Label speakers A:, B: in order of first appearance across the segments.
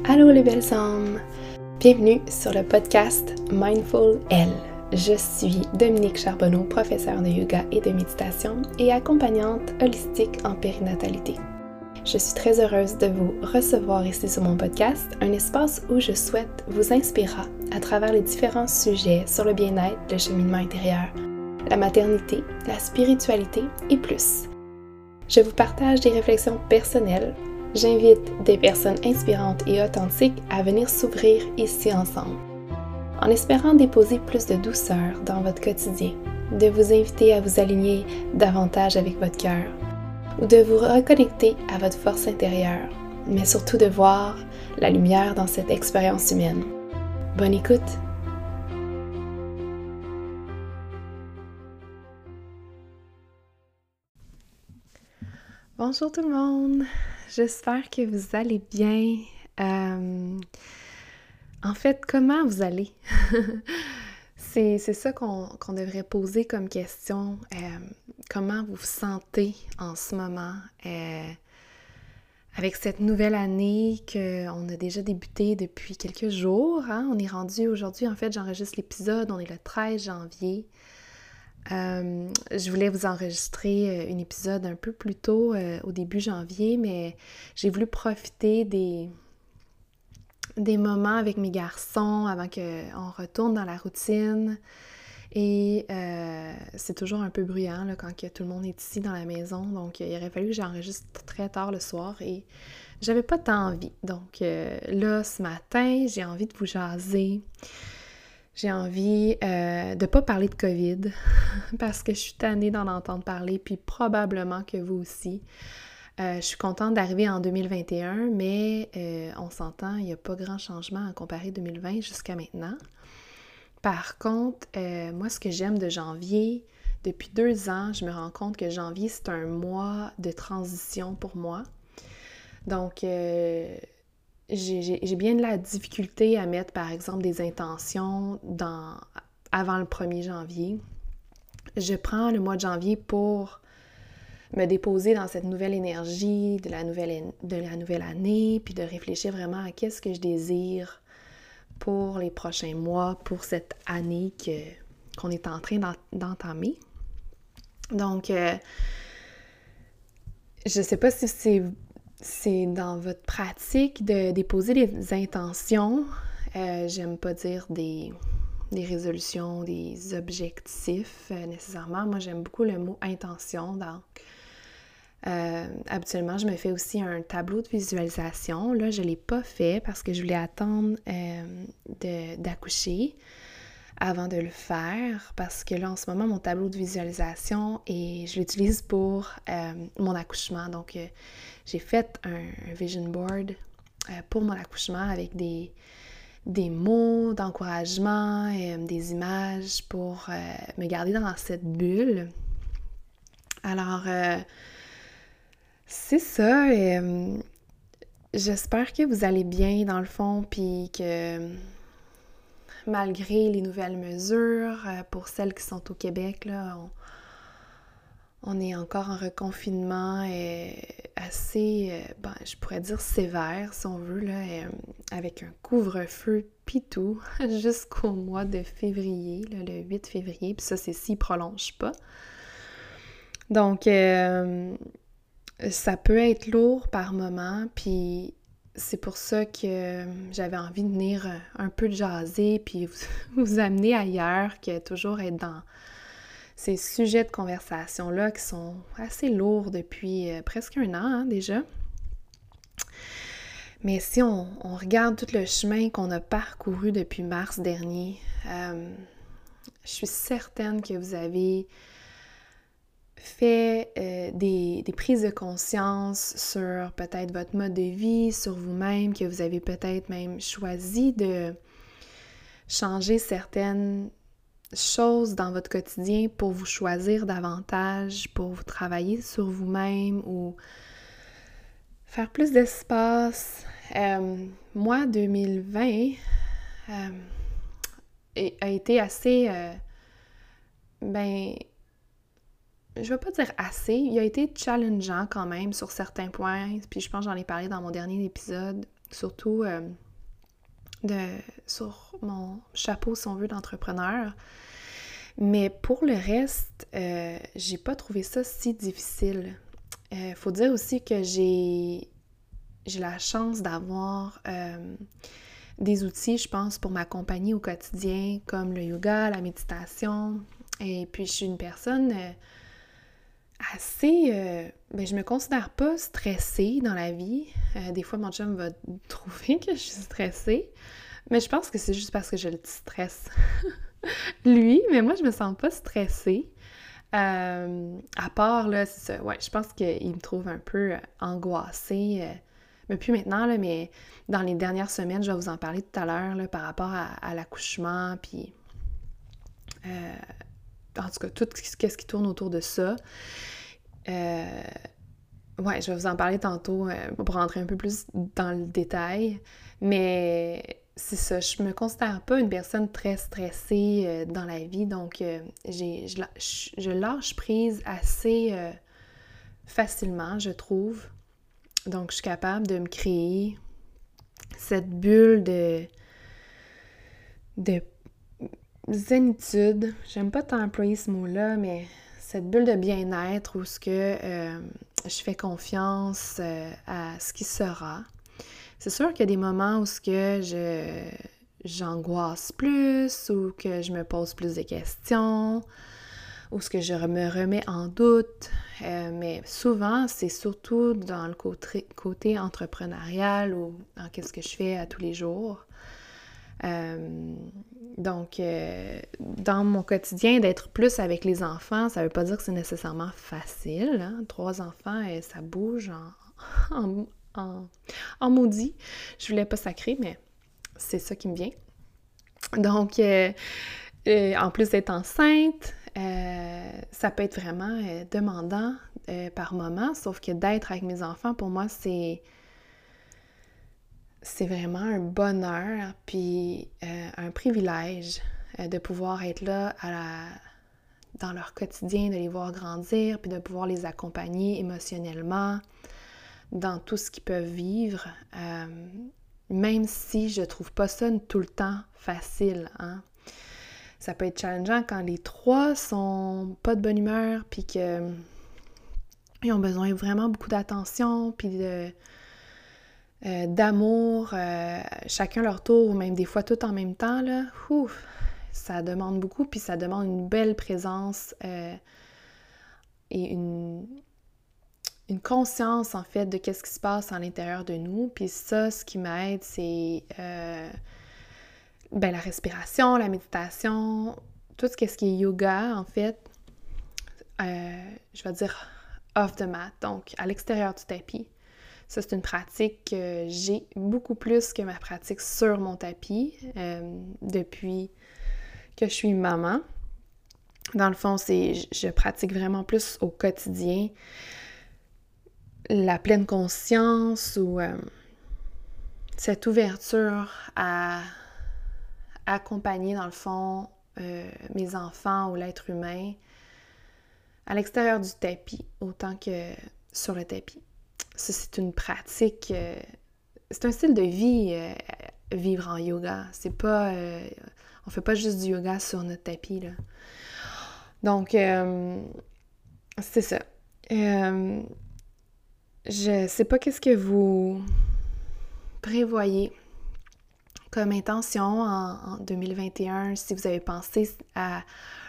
A: Allô les belles âmes! Bienvenue sur le podcast Mindful Elle. Je suis Dominique Charbonneau, professeure de yoga et de méditation et accompagnante holistique en périnatalité. Je suis très heureuse de vous recevoir ici sur mon podcast, un espace où je souhaite vous inspirer à travers les différents sujets sur le bien-être, le cheminement intérieur, la maternité, la spiritualité et plus. Je vous partage des réflexions personnelles. J'invite des personnes inspirantes et authentiques à venir s'ouvrir ici ensemble, en espérant déposer plus de douceur dans votre quotidien, de vous inviter à vous aligner davantage avec votre cœur, ou de vous reconnecter à votre force intérieure, mais surtout de voir la lumière dans cette expérience humaine. Bonne écoute! Bonjour tout le monde! J'espère que vous allez bien. En fait, comment vous allez? C'est ça qu'on devrait poser comme question. Comment vous vous sentez en ce moment avec cette nouvelle année qu'on a déjà débuté depuis quelques jours, hein? On est rendu aujourd'hui, en fait, j'enregistre l'épisode, on est le 13 janvier. Je voulais vous enregistrer un épisode un peu plus tôt, au début janvier, mais j'ai voulu profiter des moments avec mes garçons avant qu'on retourne dans la routine. Et c'est toujours un peu bruyant là, quand tout le monde est ici dans la maison, donc il aurait fallu que j'enregistre très tard le soir et j'avais pas tant envie. Donc là, ce matin, j'ai envie de vous jaser. J'ai envie de pas parler de COVID parce que je suis tannée d'en entendre parler, puis probablement que vous aussi. Je suis contente d'arriver en 2021, mais on s'entend, il n'y a pas grand changement à comparer 2020 jusqu'à maintenant. Par contre, moi, ce que j'aime de janvier, depuis 2 ans, je me rends compte que janvier, c'est un mois de transition pour moi. Donc, j'ai bien de la difficulté à mettre, par exemple, des intentions avant le 1er janvier. Je prends le mois de janvier pour me déposer dans cette nouvelle énergie de la nouvelle année, puis de réfléchir vraiment à qu'est-ce que je désire pour les prochains mois, pour cette année qu'on est en train d'entamer. Donc, je ne sais pas si c'est dans votre pratique de déposer des intentions. J'aime pas dire des résolutions, des objectifs nécessairement. Moi, j'aime beaucoup le mot intention. Donc, habituellement, je me fais aussi un tableau de visualisation. Là, je ne l'ai pas fait parce que je voulais attendre d'accoucher avant de le faire, parce que là, en ce moment, mon tableau de visualisation, et je l'utilise pour mon accouchement. Donc, j'ai fait un vision board pour mon accouchement avec des mots d'encouragement, des images pour me garder dans cette bulle. Alors, c'est ça. J'espère que vous allez bien dans le fond, puis que malgré les nouvelles mesures, pour celles qui sont au Québec, là, on est encore en reconfinement assez, je pourrais dire sévère, si on veut, là, avec un couvre-feu pis tout, jusqu'au mois de février, là, le 8 février, puis ça, c'est s'il ne prolonge pas. Donc, ça peut être lourd par moment, puis c'est pour ça que j'avais envie de venir un peu jaser, puis vous amener ailleurs, que toujours être dans ces sujets de conversation-là qui sont assez lourds depuis presque 1 an, hein, déjà. Mais si on regarde tout le chemin qu'on a parcouru depuis mars dernier, je suis certaine que vous avez fait des prises de conscience sur peut-être votre mode de vie, sur vous-même, que vous avez peut-être même choisi de changer certaines choses dans votre quotidien pour vous choisir davantage, pour vous travailler sur vous-même ou faire plus d'espace. Moi, 2020 a été assez... je vais pas dire assez, il a été challengeant quand même sur certains points, puis je pense que j'en ai parlé dans mon dernier épisode, surtout sur mon chapeau, si on veut, d'entrepreneur. Mais pour le reste, j'ai pas trouvé ça si difficile. Faut dire aussi que j'ai la chance d'avoir des outils, je pense, pour m'accompagner au quotidien, comme le yoga, la méditation. Et puis, je suis une personne assez... je me considère pas stressée dans la vie. Des fois, mon chum va trouver que je suis stressée, mais je pense que c'est juste parce que je le stresse. Lui, mais moi, je me sens pas stressée. À part, là, c'est ça, ouais, je pense qu'il me trouve un peu angoissée. Mais plus maintenant, là, mais dans les dernières semaines, je vais vous en parler tout à l'heure, là, par rapport à l'accouchement, puis en tout cas, tout ce qui tourne autour de ça. Ouais, je vais vous en parler tantôt pour rentrer un peu plus dans le détail, mais c'est ça, je me considère pas une personne très stressée dans la vie, donc je lâche prise assez facilement, je trouve. Donc, je suis capable de me créer cette bulle de zénitude. J'aime pas tant employer ce mot-là, mais cette bulle de bien-être où je fais confiance à ce qui sera. C'est sûr qu'il y a des moments où j'angoisse plus, ou que je me pose plus de questions, ou que je me remets en doute. Mais souvent, c'est surtout dans le côté entrepreneurial ou dans qu'est-ce que je fais à tous les jours. Donc, dans mon quotidien, d'être plus avec les enfants, ça veut pas dire que c'est nécessairement facile. Hein? 3 enfants, ça bouge en maudit. Je voulais pas sacrer, mais c'est ça qui me vient. Donc, en plus d'être enceinte, ça peut être vraiment demandant par moment, sauf que d'être avec mes enfants, pour moi, c'est vraiment un bonheur, puis un privilège de pouvoir être là dans leur quotidien, de les voir grandir, puis de pouvoir les accompagner émotionnellement dans tout ce qu'ils peuvent vivre, même si je trouve pas ça tout le temps facile, hein. Ça peut être challengeant quand les 3 sont pas de bonne humeur, puis qu'ils ont besoin vraiment beaucoup d'attention, puis d'amour, chacun leur tour, ou même des fois tout en même temps, là. Ça demande beaucoup, puis ça demande une belle présence et une conscience, en fait, de qu'est-ce qui se passe à l'intérieur de nous. Puis ça, ce qui m'aide, c'est la respiration, la méditation, tout ce qui est yoga, en fait, je vais dire off the mat, donc à l'extérieur du tapis. Ça, c'est une pratique que j'ai beaucoup plus que ma pratique sur mon tapis depuis que je suis maman. Dans le fond, je pratique vraiment plus au quotidien la pleine conscience ou cette ouverture à accompagner, dans le fond, mes enfants ou l'être humain à l'extérieur du tapis, autant que sur le tapis. Ça, c'est une pratique, c'est un style de vie, vivre en yoga. C'est pas, on fait pas juste du yoga sur notre tapis, là. Donc, c'est ça. Je sais pas qu'est-ce que vous prévoyez comme intention en 2021, si vous avez pensé à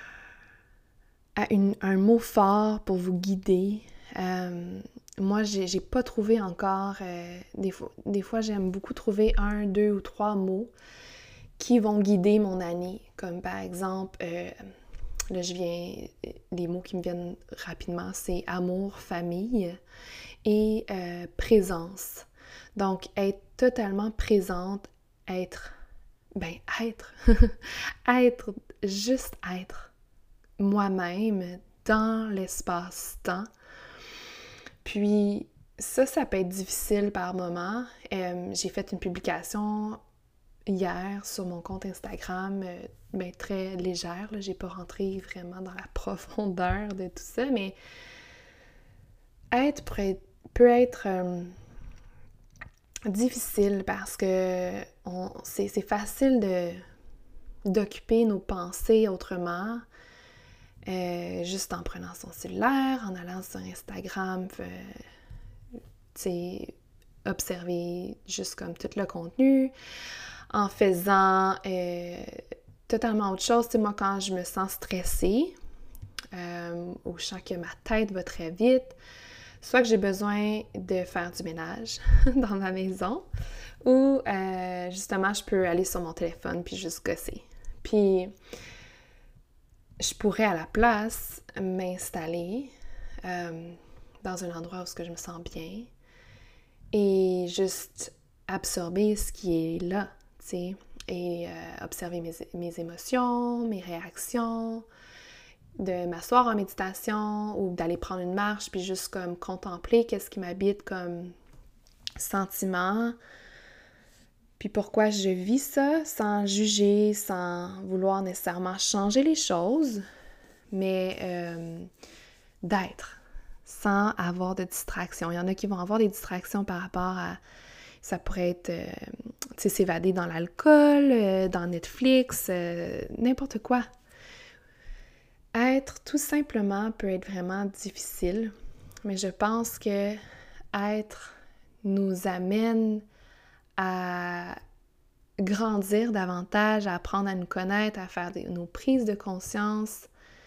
A: un mot fort pour vous guider. Moi, j'ai pas trouvé encore... des fois, j'aime beaucoup trouver 1, 2 ou 3 mots qui vont guider mon année. Comme par exemple, là, les mots qui me viennent rapidement, c'est amour, famille et présence. Donc, être totalement présente, juste être moi-même dans l'espace-temps. Puis ça peut être difficile par moments. J'ai fait une publication hier sur mon compte Instagram, très légère, là. J'ai pas rentré vraiment dans la profondeur de tout ça, mais être peut être difficile parce que c'est facile d'occuper nos pensées autrement, juste en prenant son cellulaire, en allant sur Instagram, observer juste comme tout le contenu, en faisant totalement autre chose. T'sais, moi, quand je me sens stressée, ou je sens que ma tête va très vite, soit que j'ai besoin de faire du ménage dans ma maison, ou justement, je peux aller sur mon téléphone puis juste gosser. Puis, je pourrais à la place m'installer dans un endroit où je me sens bien et juste absorber ce qui est là, tu sais, et observer mes émotions, mes réactions, de m'asseoir en méditation ou d'aller prendre une marche puis juste comme contempler qu'est-ce qui m'habite comme sentiment, puis pourquoi je vis ça sans juger, sans vouloir nécessairement changer les choses, mais d'être, sans avoir de distraction. Il y en a qui vont avoir des distractions par rapport à... Ça pourrait être, s'évader dans l'alcool, dans Netflix, n'importe quoi. Être tout simplement peut être vraiment difficile, mais je pense que être nous amène à grandir davantage, à apprendre à nous connaître, à faire nos prises de conscience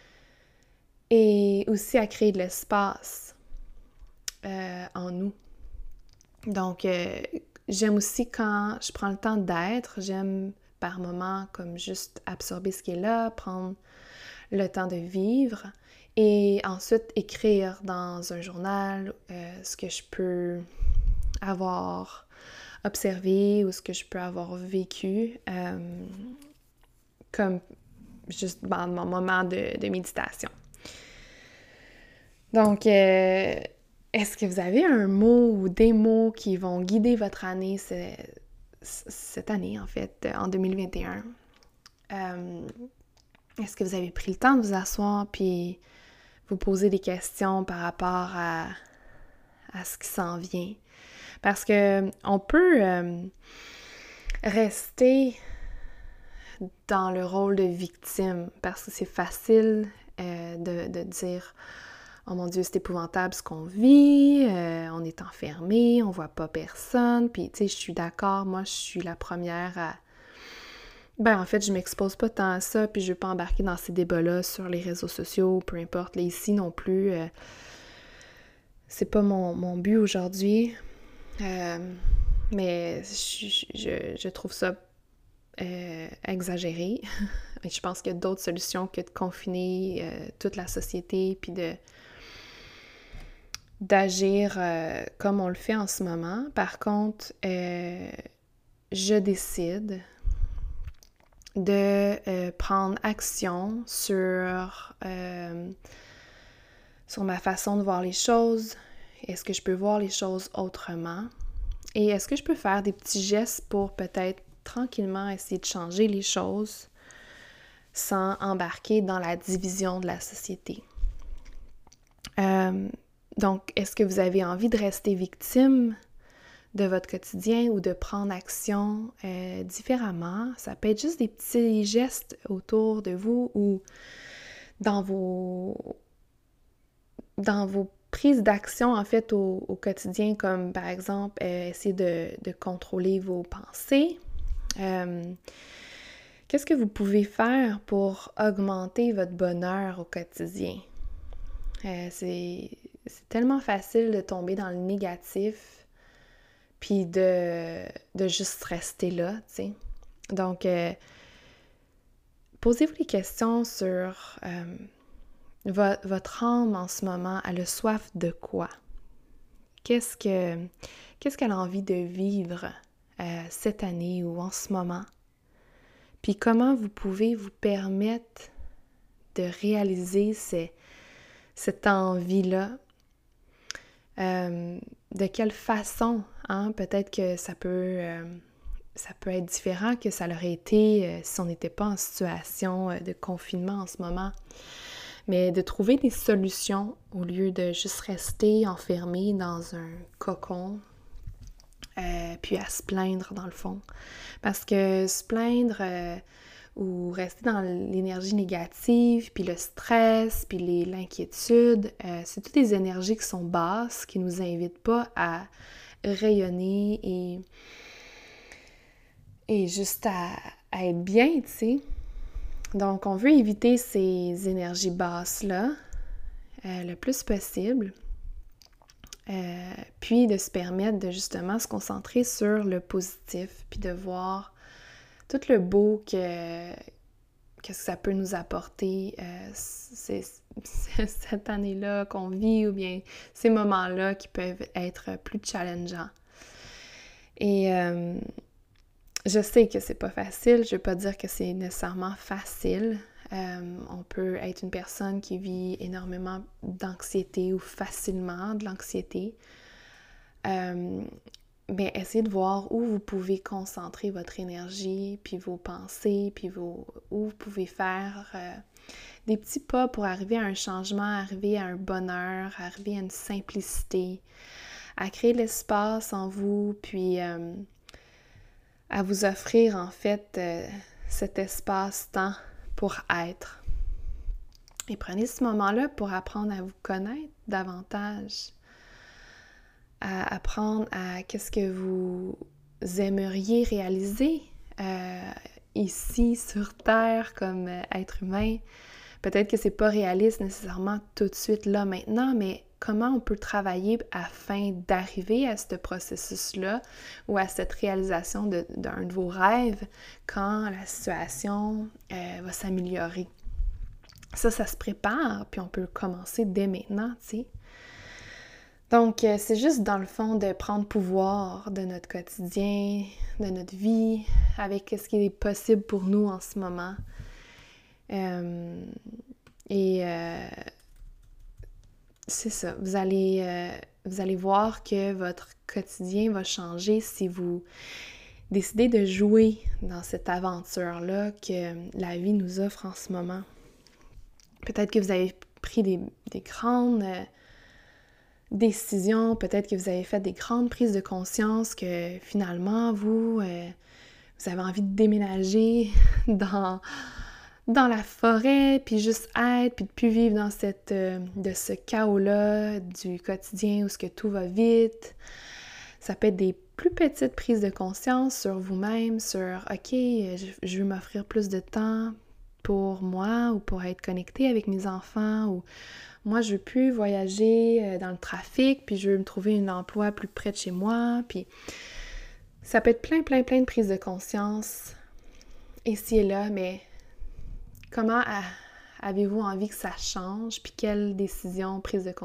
A: et aussi à créer de l'espace en nous. Donc, j'aime aussi quand je prends le temps d'être, j'aime par moments comme juste absorber ce qui est là, prendre le temps de vivre et ensuite écrire dans un journal ce que je peux avoir observé ou ce que je peux avoir vécu comme juste dans mon moment de méditation. Donc, est-ce que vous avez un mot ou des mots qui vont guider votre année cette année, en fait, en 2021? Est-ce que vous avez pris le temps de vous asseoir puis vous poser des questions par rapport à ce qui s'en vient? Parce que on peut rester dans le rôle de victime parce que c'est facile de dire « Oh mon Dieu, c'est épouvantable ce qu'on vit, on est enfermé, on voit pas personne. » Puis tu sais, je suis d'accord, moi je suis la première à... Ben en fait, je m'expose pas tant à ça, puis je veux pas embarquer dans ces débats-là sur les réseaux sociaux, peu importe, là, ici non plus. C'est pas mon but aujourd'hui. Mais je trouve ça exagéré. Et je pense qu'il y a d'autres solutions que de confiner toute la société puis d'agir comme on le fait en ce moment. Par contre, je décide de prendre action sur ma façon de voir les choses. Est-ce que je peux voir les choses autrement? Et est-ce que je peux faire des petits gestes pour peut-être tranquillement essayer de changer les choses sans embarquer dans la division de la société? Donc, est-ce que vous avez envie de rester victime de votre quotidien ou de prendre action différemment? Ça peut être juste des petits gestes autour de vous ou dans vos prises d'action, en fait, au quotidien, comme par exemple, essayer de contrôler vos pensées. Qu'est-ce que vous pouvez faire pour augmenter votre bonheur au quotidien? C'est tellement facile de tomber dans le négatif puis de juste rester là, tu sais. Donc, posez-vous des questions sur votre âme en ce moment. Elle a soif de quoi? Qu'est-ce qu'elle a envie de vivre cette année ou en ce moment? Puis comment vous pouvez vous permettre de réaliser cette envie-là? De quelle façon, hein? Peut-être que ça peut être différent que ça l'aurait été si on n'était pas en situation de confinement en ce moment. Mais de trouver des solutions au lieu de juste rester enfermé dans un cocon puis puis à se plaindre dans le fond. Parce que se plaindre ou rester dans l'énergie négative, puis le stress, puis l'inquiétude, c'est toutes des énergies qui sont basses, qui nous invitent pas à rayonner et juste à être bien, tu sais. Donc, on veut éviter ces énergies basses-là le plus possible. Puis de se permettre de justement se concentrer sur le positif, puis de voir tout le beau que ça peut nous apporter cette année-là qu'on vit, ou bien ces moments-là qui peuvent être plus challengeants. Et je sais que c'est pas facile, je veux pas dire que c'est nécessairement facile. On peut être une personne qui vit énormément d'anxiété ou facilement de l'anxiété. Mais essayez de voir où vous pouvez concentrer votre énergie, puis vos pensées, puis où vous pouvez faire des petits pas pour arriver à un changement, arriver à un bonheur, arriver à une simplicité, à créer de l'espace en vous, puis à vous offrir en fait cet espace-temps pour être. Et prenez ce moment-là pour apprendre à vous connaître davantage, à apprendre à qu'est-ce que vous aimeriez réaliser ici sur Terre comme être humain. Peut-être que c'est pas réaliste nécessairement tout de suite là maintenant, mais comment on peut travailler afin d'arriver à ce processus-là ou à cette réalisation d'un de vos rêves quand la situation va s'améliorer. Ça se prépare, puis on peut commencer dès maintenant, tu sais. Donc, c'est juste dans le fond de prendre pouvoir de notre quotidien, de notre vie, avec ce qui est possible pour nous en ce moment. C'est ça, vous allez voir que votre quotidien va changer si vous décidez de jouer dans cette aventure-là que la vie nous offre en ce moment. Peut-être que vous avez pris des grandes décisions, peut-être que vous avez fait des grandes prises de conscience que finalement, vous avez envie de déménager dans la forêt, puis juste être, puis de plus vivre dans de ce chaos-là du quotidien où ce que tout va vite. Ça peut être des plus petites prises de conscience sur vous-même, sur « OK, je veux m'offrir plus de temps pour moi ou pour être connectée avec mes enfants » ou « Moi, je veux plus voyager dans le trafic, puis je veux me trouver un emploi plus près de chez moi. » Puis ça peut être plein de prises de conscience ici et là, mais comment avez-vous envie que ça change? Puis quelle décision,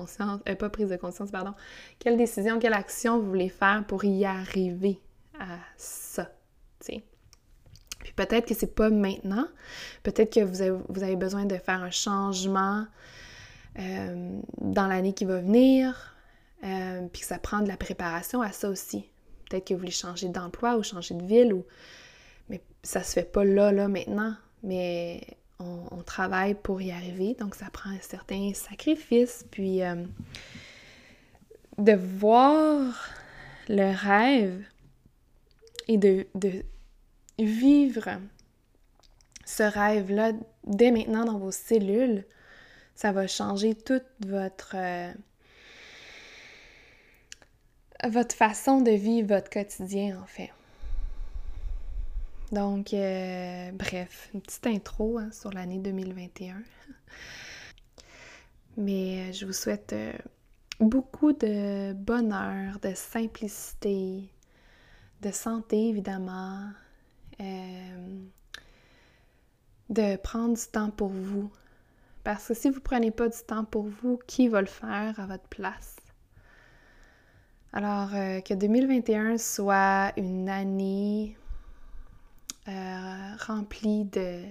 A: quelle décision, quelle action vous voulez faire pour y arriver à ça, tu sais? Puis peut-être que c'est pas maintenant, peut-être que vous avez besoin de faire un changement dans l'année qui va venir, puis que ça prend de la préparation à ça aussi. Peut-être que vous voulez changer d'emploi ou changer de ville, mais ça se fait pas là, maintenant, mais on travaille pour y arriver, donc ça prend un certain sacrifice, puis de voir le rêve et de vivre ce rêve-là dès maintenant dans vos cellules, ça va changer toute votre façon de vivre votre quotidien, en fait. Donc, bref, une petite intro sur l'année 2021. Mais je vous souhaite beaucoup de bonheur, de simplicité, de santé, évidemment, de prendre du temps pour vous. Parce que si vous ne prenez pas du temps pour vous, qui va le faire à votre place? Alors, que 2021 soit une année remplie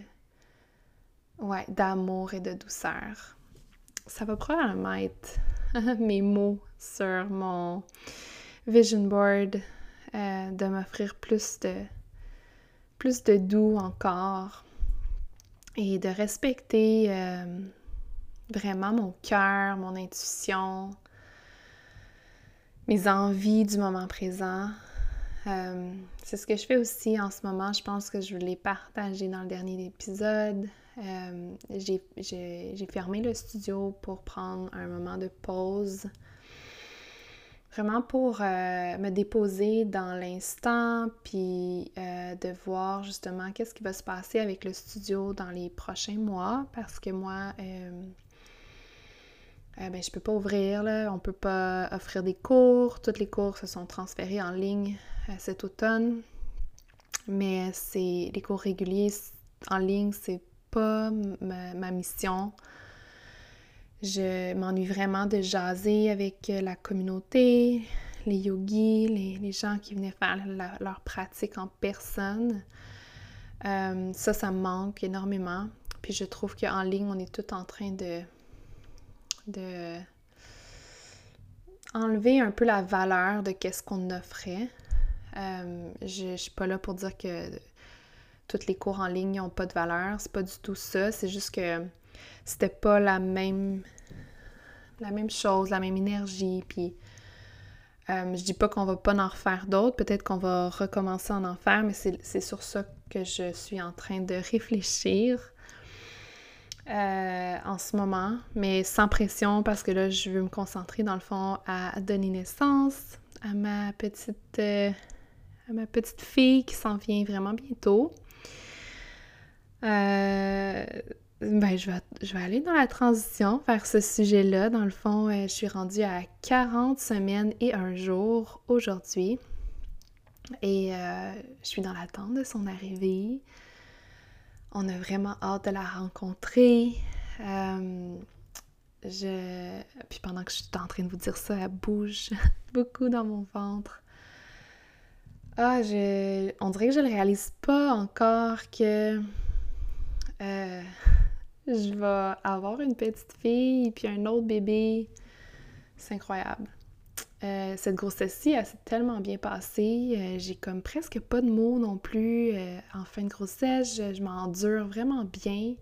A: d'amour et de douceur. Ça va probablement être mes mots sur mon vision board, de m'offrir plus de doux encore et de respecter vraiment mon cœur, mon intuition, mes envies du moment présent, C'est ce que je fais aussi en ce moment. Je pense que je l'ai partagé dans le dernier épisode. J'ai fermé le studio pour prendre un moment de pause. Vraiment pour me déposer dans l'instant, puis de voir justement qu'est-ce qui va se passer avec le studio dans les prochains mois, parce que moi, je peux pas ouvrir, là, on peut pas offrir des cours. Tous les cours se sont transférés en ligne cet automne, mais les cours réguliers en ligne, c'est pas ma mission. Je m'ennuie vraiment de jaser avec la communauté, les yogis, les gens qui venaient faire leur pratique en personne. Ça me manque énormément. Puis je trouve qu'en ligne, on est tout en train de enlever un peu la valeur de qu'est-ce qu'on offrait. Je suis pas là pour dire que tous les cours en ligne n'ont pas de valeur. C'est pas du tout ça. C'est juste que c'était pas la même chose, la même énergie. Puis je dis pas qu'on va pas en refaire d'autres. Peut-être qu'on va recommencer à en faire, mais c'est sur ça que je suis en train de réfléchir en ce moment, mais sans pression, parce que là, je veux me concentrer, dans le fond, à donner naissance à ma petite fille qui s'en vient vraiment bientôt. Je vais aller dans la transition vers ce sujet-là. Dans le fond, je suis rendue à 40 semaines et 1 jour aujourd'hui. Et je suis dans l'attente de son arrivée. On a vraiment hâte de la rencontrer. Puis pendant que je suis en train de vous dire ça, elle bouge beaucoup dans mon ventre. On dirait que je le réalise pas encore que je vais avoir une petite fille puis un autre bébé. C'est incroyable. Cette grossesse-ci, elle s'est tellement bien passée. J'ai comme presque pas de mots non plus en fin de grossesse. Je m'endure vraiment bien.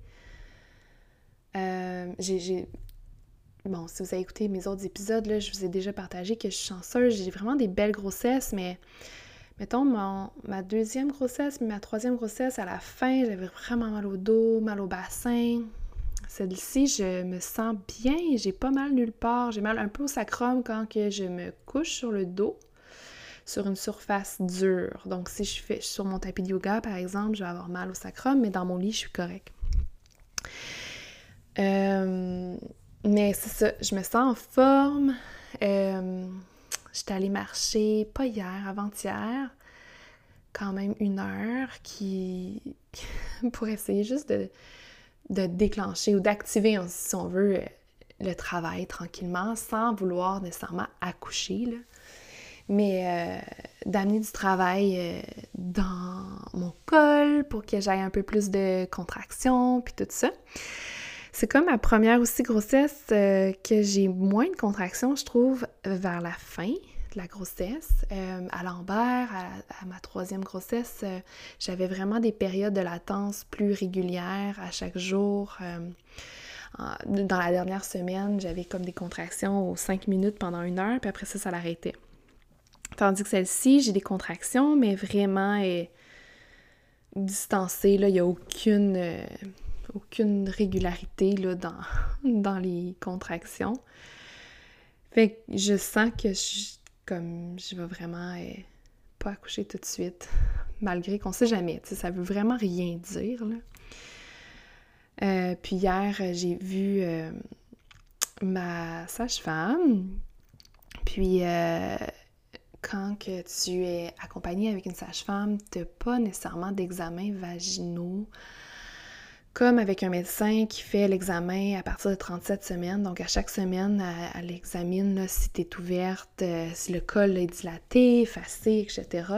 A: Bon, si vous avez écouté mes autres épisodes, là, je vous ai déjà partagé que je suis chanceuse. J'ai vraiment des belles grossesses, mais mettons, ma deuxième grossesse, ma troisième grossesse, à la fin, j'avais vraiment mal au dos, mal au bassin. Celle-ci, je me sens bien, j'ai pas mal nulle part. J'ai mal un peu au sacrum quand que je me couche sur le dos, sur une surface dure. Donc, si je suis sur mon tapis de yoga, par exemple, je vais avoir mal au sacrum, mais dans mon lit, je suis correcte. Mais c'est ça, je me sens en forme. J'étais allée marcher, pas hier, avant-hier, quand même 1 heure, pour essayer juste de déclencher ou d'activer, si on veut, le travail tranquillement, sans vouloir nécessairement accoucher, là. Mais d'amener du travail dans mon col pour que j'aille un peu plus de contraction, puis tout ça. C'est comme ma première aussi grossesse que j'ai moins de contractions, je trouve, vers la fin de la grossesse. À Lambert, à ma 3e grossesse, j'avais vraiment des périodes de latence plus régulières à chaque jour. Dans la dernière semaine, j'avais comme des contractions aux 5 minutes pendant 1 heure, puis après ça l'arrêtait. Tandis que celle-ci, j'ai des contractions, mais vraiment distancées, là, il n'y a aucune régularité là, dans les contractions. Fait que je sens que je vais vraiment pas accoucher tout de suite, malgré qu'on sait jamais, tu sais, ça veut vraiment rien dire, là. Puis hier, j'ai vu ma sage-femme, puis quand que tu es accompagnée avec une sage-femme, tu n'as pas nécessairement d'examens vaginaux, comme avec un médecin qui fait l'examen à partir de 37 semaines. Donc, à chaque semaine, elle examine là, si tu es ouverte, si le col est dilaté, effacé, etc.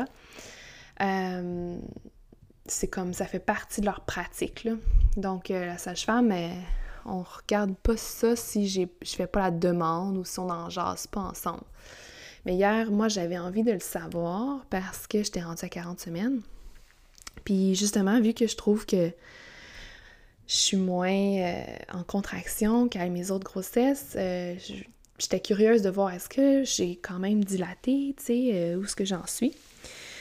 A: C'est comme, ça fait partie de leur pratique, là. Donc, la sage-femme, on regarde pas ça si je fais pas la demande ou si on n'en jase pas ensemble. Mais hier, moi, j'avais envie de le savoir parce que j'étais rendue à 40 semaines. Puis justement, vu que je trouve que je suis moins en contraction qu'à mes autres grossesses, j'étais curieuse de voir est-ce que j'ai quand même dilaté, tu sais, où est-ce que j'en suis.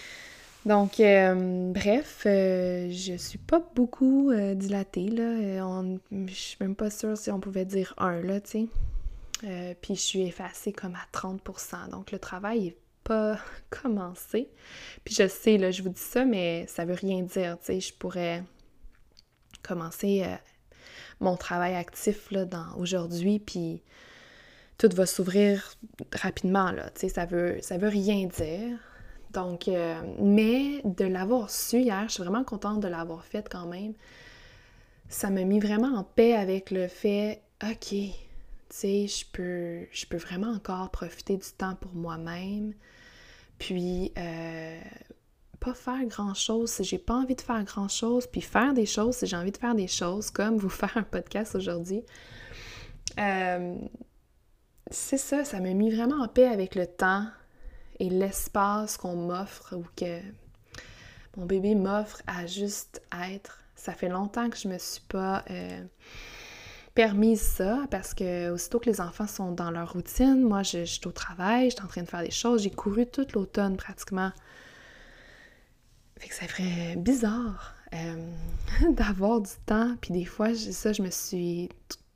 A: Donc, bref, je suis pas beaucoup dilatée, là. Je suis même pas sûre si on pouvait dire 1, là, tu sais. Puis je suis effacée comme à 30%. Donc, le travail est pas commencé. Puis je sais, là, je vous dis ça, mais ça veut rien dire, tu sais. Je pourrais commencer mon travail actif, là, aujourd'hui, puis tout va s'ouvrir rapidement, là, tu sais. Ça veut rien dire. Donc, mais de l'avoir su hier, je suis vraiment contente de l'avoir fait quand même. Ça m'a mis vraiment en paix avec le fait, OK, tu sais, je peux vraiment encore profiter du temps pour moi-même. Puis, pas faire grand-chose si j'ai pas envie de faire grand-chose, puis faire des choses si j'ai envie de faire des choses, comme vous faire un podcast aujourd'hui. C'est ça, ça m'a mis vraiment en paix avec le temps et l'espace qu'on m'offre ou que mon bébé m'offre à juste être. Ça fait longtemps que je me suis pas permise ça parce que aussitôt que les enfants sont dans leur routine, moi je suis au travail, je suis en train de faire des choses, j'ai couru toute l'automne pratiquement. Fait que ça ferait bizarre d'avoir du temps. Puis des fois, je me suis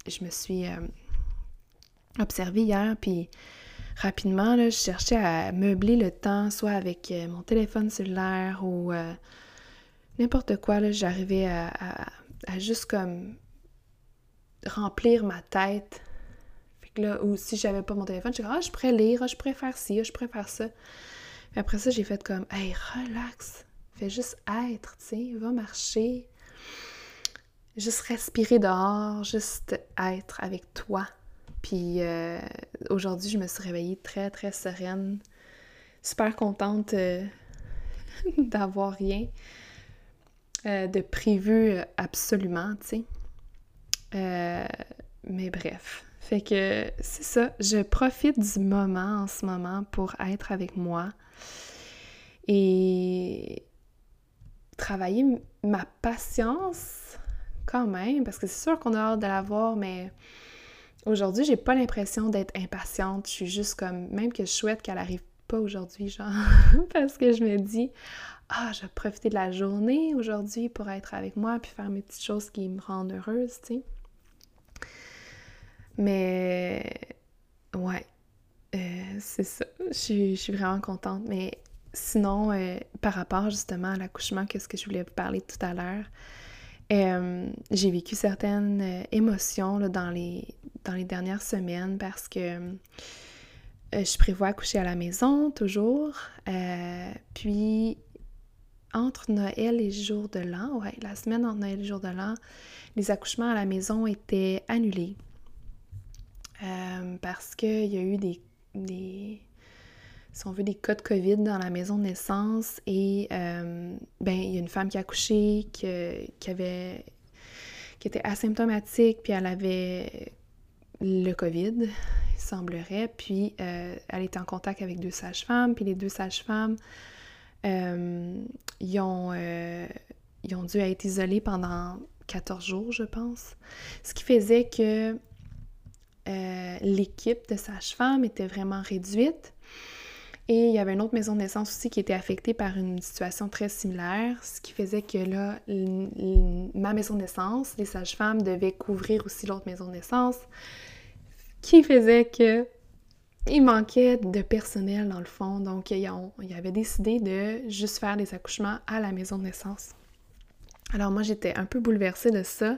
A: observée hier, puis rapidement, là, je cherchais à meubler le temps, soit avec mon téléphone cellulaire ou n'importe quoi, là, j'arrivais à juste comme remplir ma tête. Fait que là, ou si j'avais pas mon téléphone, je disais, je pourrais lire, je pourrais faire ci, je pourrais faire ça. Et après ça, j'ai fait comme, hey, relax, fais juste être, tu sais, va marcher, juste respirer dehors, juste être avec toi. Puis aujourd'hui, je me suis réveillée très, très sereine, super contente d'avoir rien de prévu absolument, tu sais. Mais bref, fait que c'est ça, je profite du moment en ce moment pour être avec moi et travailler ma patience quand même, parce que c'est sûr qu'on a hâte de l'avoir, mais aujourd'hui, j'ai pas l'impression d'être impatiente. Je suis juste comme, même que je souhaite qu'elle arrive pas aujourd'hui, genre, parce que je me dis, je vais profiter de la journée aujourd'hui pour être avec moi puis faire mes petites choses qui me rendent heureuse, tu sais. Mais, ouais, c'est ça. Je suis vraiment contente. Mais sinon, par rapport justement à l'accouchement, qu'est-ce que je voulais vous parler tout à l'heure, j'ai vécu certaines émotions là, dans les dernières semaines parce que je prévois accoucher à la maison, toujours. Puis, entre Noël et jour de l'an, la semaine entre Noël et jour de l'an, les accouchements à la maison étaient annulés. Parce qu'il y a eu si on veut, des cas de COVID dans la maison de naissance et il y a une femme qui a accouché, qui était asymptomatique, puis elle avait le COVID, il semblerait, puis elle était en contact avec 2 sages-femmes, puis les 2 sages-femmes, ils ont dû être isolés pendant 14 jours, je pense, ce qui faisait que l'équipe de sages-femmes était vraiment réduite. Et il y avait une autre maison de naissance aussi qui était affectée par une situation très similaire, ce qui faisait que là, ma maison de naissance, les sages-femmes devaient couvrir aussi l'autre maison de naissance, qui faisait que il manquait de personnel dans le fond. Donc, ils avaient décidé de juste faire des accouchements à la maison de naissance. Alors moi, j'étais un peu bouleversée de ça.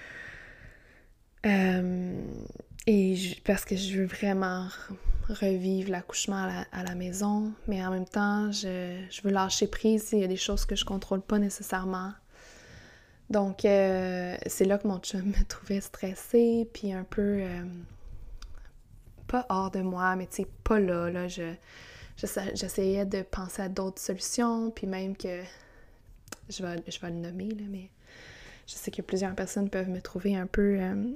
A: Parce que je veux vraiment revivre l'accouchement à la maison, mais en même temps, je veux lâcher prise s'il y a des choses que je contrôle pas nécessairement. Donc, c'est là que mon chum me trouvait stressée, puis un peu, pas hors de moi, mais tu sais, pas là, j'essayais de penser à d'autres solutions, puis même que, je vais le nommer, là, mais je sais que plusieurs personnes peuvent me trouver un peu...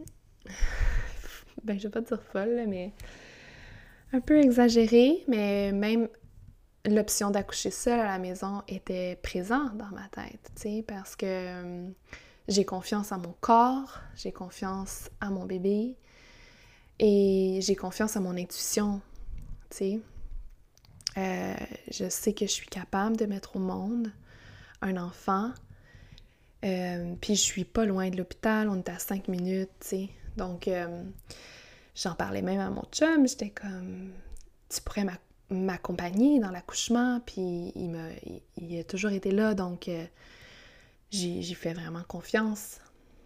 A: je vais pas dire folle, là, mais un peu exagérée, mais même l'option d'accoucher seule à la maison était présente dans ma tête, tu sais, parce que j'ai confiance en mon corps, j'ai confiance à mon bébé et j'ai confiance à mon intuition, tu sais. Je sais que je suis capable de mettre au monde un enfant. Puis je suis pas loin de l'hôpital, on est à 5 minutes, tu sais. Donc, j'en parlais même à mon chum, j'étais comme, tu pourrais m'accompagner dans l'accouchement, puis il a toujours été là, donc j'ai fait vraiment confiance.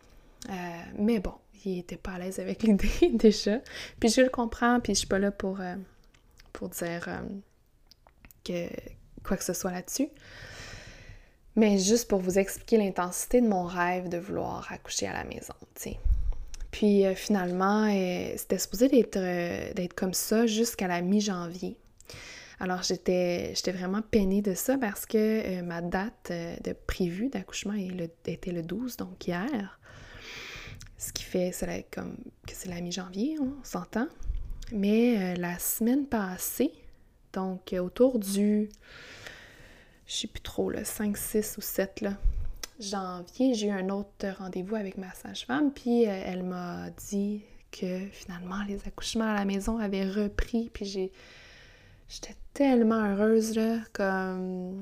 A: Mais bon, il était pas à l'aise avec l'idée déjà. Puis je le comprends, puis je suis pas là pour dire que quoi que ce soit là-dessus. Mais juste pour vous expliquer l'intensité de mon rêve de vouloir accoucher à la maison, tu sais. Puis finalement, c'était supposé d'être comme ça jusqu'à la mi-janvier. Alors j'étais vraiment peinée de ça parce que ma date de prévue d'accouchement était le 12, donc hier. Ce qui fait comme que c'est la mi-janvier, on s'entend. Mais la semaine passée, donc autour du, je sais plus trop, le 5, 6 ou 7 là, janvier, j'ai eu un autre rendez-vous avec ma sage-femme, puis elle m'a dit que finalement les accouchements à la maison avaient repris, puis j'étais tellement heureuse, là, comme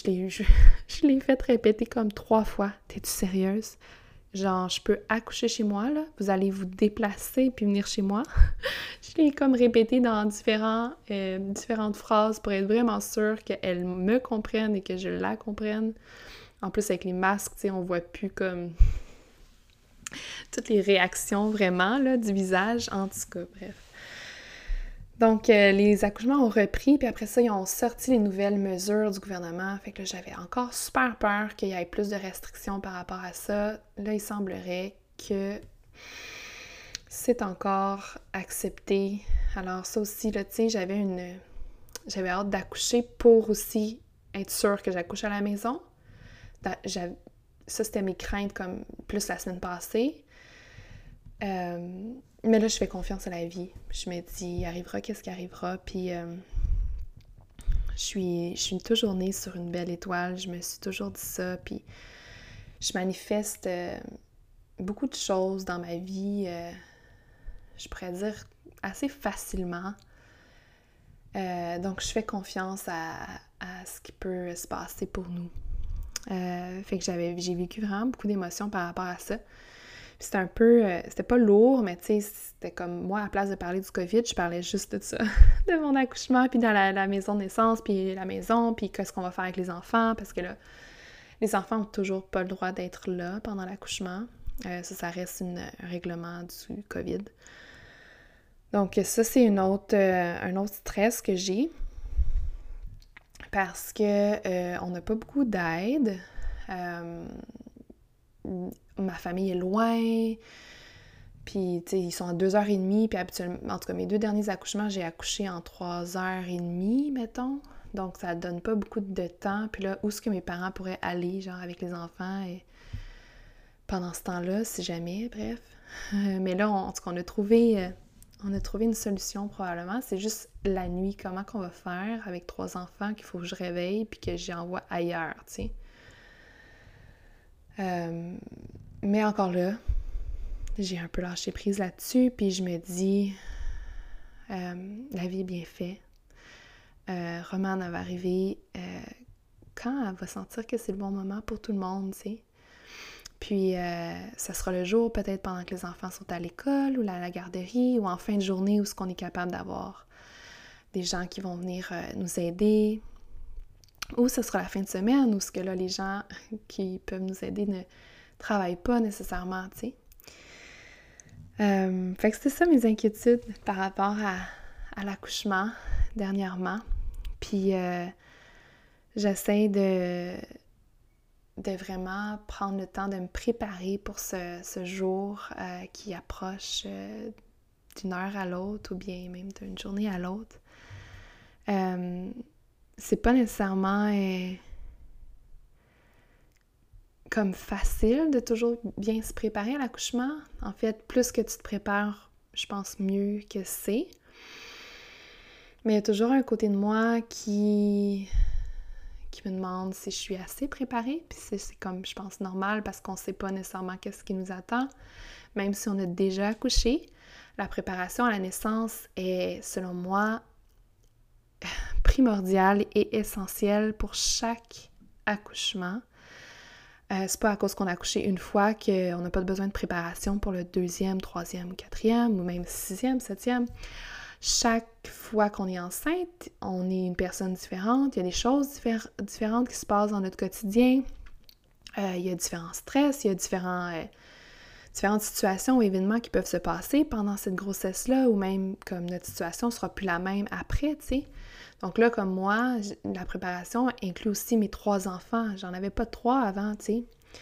A: je l'ai fait répéter comme 3 fois. T'es-tu sérieuse? Genre, je peux accoucher chez moi, là, vous allez vous déplacer puis venir chez moi. Je l'ai comme répété dans différentes phrases pour être vraiment sûre qu'elle me comprenne et que je la comprenne. En plus, avec les masques, tu sais, on voit plus comme toutes les réactions vraiment là, du visage. En tout cas, bref. Donc, les accouchements ont repris, puis après ça, ils ont sorti les nouvelles mesures du gouvernement. Fait que là, j'avais encore super peur qu'il y ait plus de restrictions par rapport à ça. Là, il semblerait que c'est encore accepté. Alors, ça aussi, là, tu sais, j'avais hâte d'accoucher pour aussi être sûre que j'accouche à la maison. Ça, c'était mes craintes comme plus la semaine passée. Mais là, je fais confiance à la vie. Je me dis, il arrivera qu'est-ce qui arrivera. Puis, je suis toujours née sur une belle étoile. Je me suis toujours dit ça. Puis, je manifeste beaucoup de choses dans ma vie, je pourrais dire assez facilement. Donc, je fais confiance à ce qui peut se passer pour nous. Fait que j'ai vécu vraiment beaucoup d'émotions par rapport à ça. Puis c'était un peu, c'était pas lourd, mais tu sais, c'était comme moi, à la place de parler du COVID, je parlais juste de ça, de mon accouchement, puis dans la maison de naissance, puis la maison, puis qu'est-ce qu'on va faire avec les enfants, parce que là, les enfants ont toujours pas le droit d'être là pendant l'accouchement. Ça reste un règlement du COVID. Donc ça, c'est un autre stress que j'ai, parce que on n'a pas beaucoup d'aide. Ma famille est loin, puis tu sais, ils sont à 2h30, puis habituellement, en tout cas, mes 2 derniers accouchements, j'ai accouché en 3h30, mettons, donc ça donne pas beaucoup de temps, puis là, où est-ce que mes parents pourraient aller, genre, avec les enfants, et pendant ce temps-là, si jamais, bref. Mais là, en tout cas, on a trouvé une solution, probablement, c'est juste la nuit, comment qu'on va faire avec 3 enfants qu'il faut que je réveille, puis que j'envoie ailleurs, tu sais. Mais encore là, j'ai un peu lâché prise là-dessus, puis je me dis, la vie est bien faite. Romane, elle va arriver quand elle va sentir que c'est le bon moment pour tout le monde, tu sais. Puis, ça sera le jour, peut-être pendant que les enfants sont à l'école, ou à la garderie, ou en fin de journée, où ce qu'on est capable d'avoir des gens qui vont venir nous aider. Ou ce sera la fin de semaine, où ce que là, les gens qui peuvent nous aider ne travaillent pas nécessairement, tu sais. Fait que c'était ça mes inquiétudes par rapport à l'accouchement dernièrement. Puis j'essaie de vraiment prendre le temps de me préparer pour ce jour qui approche d'une heure à l'autre ou bien même d'une journée à l'autre. C'est pas nécessairement comme facile de toujours bien se préparer à l'accouchement. En fait, plus que tu te prépares, je pense mieux que c'est. Mais il y a toujours un côté de moi qui me demande si je suis assez préparée. Puis c'est comme, je pense, normal parce qu'on ne sait pas nécessairement qu'est-ce qui nous attend. Même si on a déjà accouché, la préparation à la naissance est, selon moi, primordial et essentiel pour chaque accouchement. C'est pas à cause qu'on a accouché une fois qu'on n'a pas besoin de préparation pour le 2e, 3e, 4e ou même 6e, 7e. Chaque fois qu'on est enceinte, on est une personne différente. Il y a des choses différentes qui se passent dans notre quotidien. Il y a différents stress, il y a différentes situations ou événements qui peuvent se passer pendant cette grossesse-là, ou même comme notre situation ne sera plus la même après, tu sais. Donc là, comme moi, la préparation inclut aussi mes 3 enfants. J'en avais pas 3 avant, tu sais.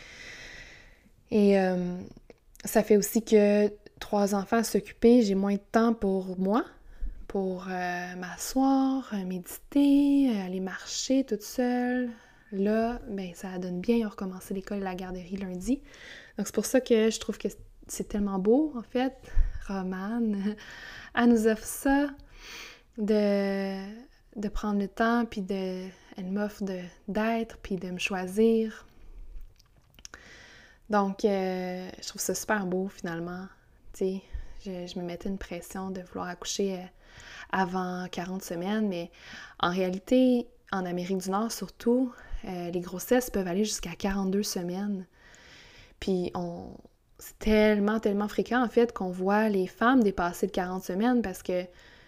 A: Et ça fait aussi que 3 enfants à s'occuper, j'ai moins de temps pour moi, pour m'asseoir, méditer, aller marcher toute seule. Là, ben ça donne bien, ils ont recommencé l'école et la garderie lundi. Donc c'est pour ça que je trouve que c'est tellement beau, en fait. Romane, elle nous offre ça, de prendre le temps, puis elle m'offre d'être, puis de me choisir. Donc, je trouve ça super beau, finalement. Tu sais, je me mettais une pression de vouloir accoucher avant 40 semaines, mais en réalité, en Amérique du Nord surtout, les grossesses peuvent aller jusqu'à 42 semaines. Puis c'est tellement, tellement fréquent, en fait, qu'on voit les femmes dépasser le 40 semaines parce que,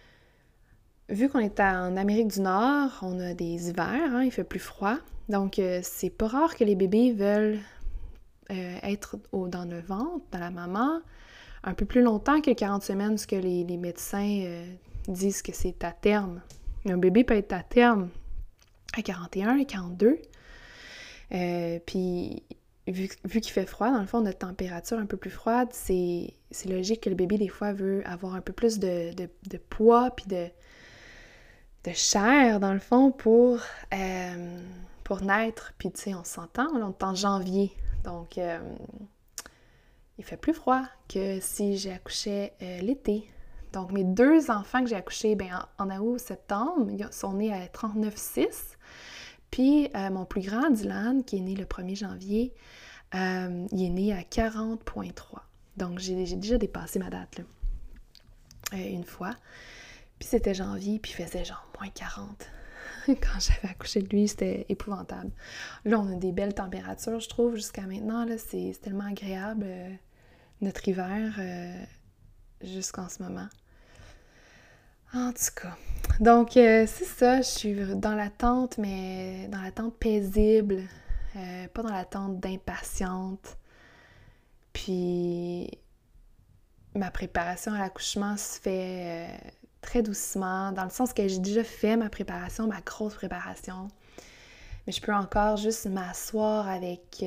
A: vu qu'on est en Amérique du Nord, on a des hivers, hein, il fait plus froid. Donc, c'est pas rare que les bébés veulent être dans le ventre, dans la maman, un peu plus longtemps que 40 semaines, ce que les médecins disent que c'est à terme. Un bébé peut être à terme à 41, 42. Puis, vu qu'il fait froid, dans le fond, notre température un peu plus froide, c'est logique que le bébé, des fois, veut avoir un peu plus de poids, puis de chair, dans le fond, pour naître. Puis, tu sais, on s'entend, on est en janvier. Donc, il fait plus froid que si j'accouchais l'été. Donc, mes 2 enfants que j'ai accouchés en août, septembre, ils sont nés à 39,6. Puis, mon plus grand, Dylan, qui est né le 1er janvier, il est né à 40,3. Donc, j'ai déjà dépassé ma date, là, une fois. Puis, c'était janvier, puis il faisait genre moins 40. Quand j'avais accouché de lui, c'était épouvantable. Là, on a des belles températures, je trouve, jusqu'à maintenant. Là, c'est tellement agréable, notre hiver, jusqu'en ce moment. En tout cas. Donc, c'est ça, je suis dans l'attente, mais dans l'attente paisible, pas dans l'attente d'impatiente. Puis, ma préparation à l'accouchement se fait très doucement, dans le sens que j'ai déjà fait ma préparation, ma grosse préparation. Mais je peux encore juste m'asseoir avec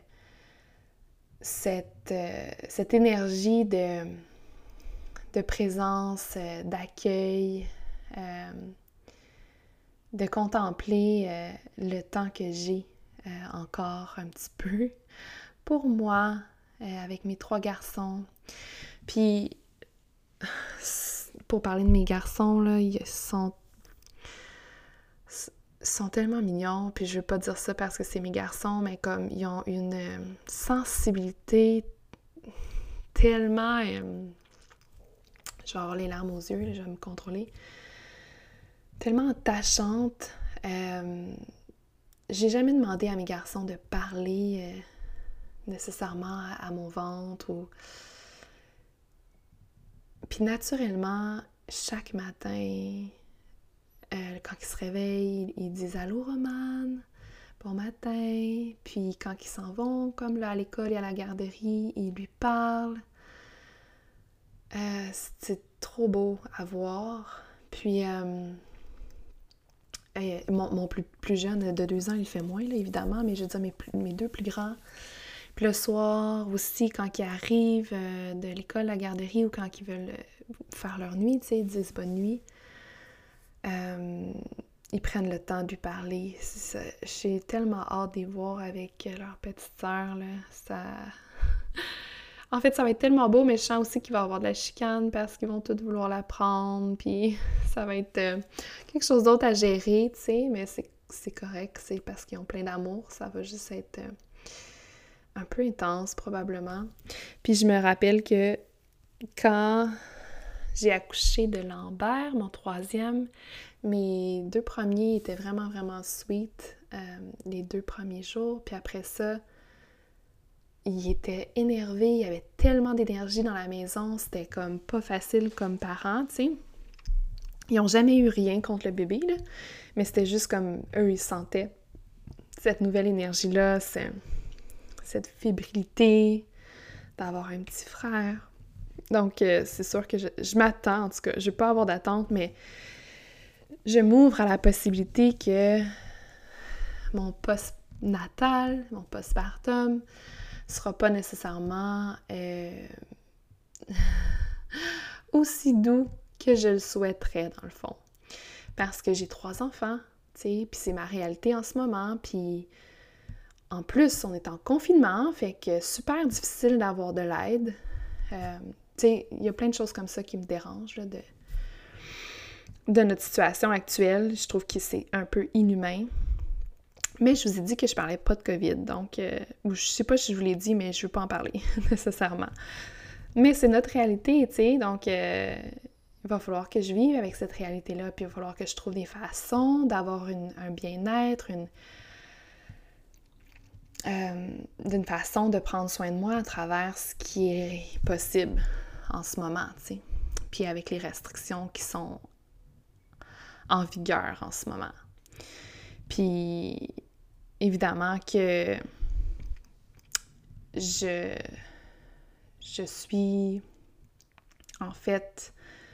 A: cette énergie de présence, d'accueil, de contempler le temps que j'ai encore un petit peu pour moi, avec mes 3 garçons. Puis, pour parler de mes garçons, là, ils sont tellement mignons, puis je veux pas dire ça parce que c'est mes garçons, mais comme ils ont une sensibilité tellement... je vais avoir les larmes aux yeux, là, je vais me contrôler. Tellement attachante. J'ai jamais demandé à mes garçons de parler nécessairement à mon ventre ou... Puis naturellement, chaque matin, quand ils se réveillent, ils disent « Allô, Romane? Bon matin! » Puis quand ils s'en vont, comme là à l'école et à la garderie, ils lui parlent. C'est trop beau à voir. Puis mon plus jeune de 2 ans, il fait moins, là, évidemment, mais je veux dire mes 2 plus grands. Puis le soir aussi, quand ils arrivent de l'école, la garderie, ou quand ils veulent faire leur nuit, tu sais, ils disent bonne nuit. Ils prennent le temps de lui parler. J'ai tellement hâte de les voir avec leur petite sœur, là. Ça... En fait, ça va être tellement beau, mais je sens aussi qu'il va y avoir de la chicane parce qu'ils vont tous vouloir la prendre, puis ça va être quelque chose d'autre à gérer, tu sais, mais c'est correct, c'est parce qu'ils ont plein d'amour, ça va juste être... un peu intense, probablement. Puis je me rappelle que quand J'ai accouché de Lambert, mon troisième. Mes 2 premiers étaient vraiment, vraiment sweet, les 2 premiers jours. Puis après ça, il était énervé, il y avait tellement d'énergie dans la maison, c'était comme pas facile comme parents, tu sais. Ils n'ont jamais eu rien contre le bébé, là, mais c'était juste comme eux, ils sentaient cette nouvelle énergie-là, cette fébrilité d'avoir un petit frère. Donc, c'est sûr que je m'attends, en tout cas, je ne vais pas avoir d'attente, mais je m'ouvre à la possibilité que mon post-natal, mon postpartum, sera pas nécessairement aussi doux que je le souhaiterais, dans le fond. Parce que j'ai 3 enfants, tu sais, puis c'est ma réalité en ce moment, puis en plus, on est en confinement, fait que super difficile d'avoir de l'aide. Tu sais, il y a plein de choses comme ça qui me dérangent, là, de notre situation actuelle. Je trouve que c'est un peu inhumain. Mais je vous ai dit que je parlais pas de COVID, donc je sais pas si je vous l'ai dit, mais je veux pas en parler nécessairement. Mais c'est notre réalité, tu sais, donc il va falloir que je vive avec cette réalité-là, puis il va falloir que je trouve des façons d'avoir un bien-être, d'une façon de prendre soin de moi à travers ce qui est possible en ce moment, tu sais. Puis avec les restrictions qui sont en vigueur en ce moment. Puis évidemment que je suis en fait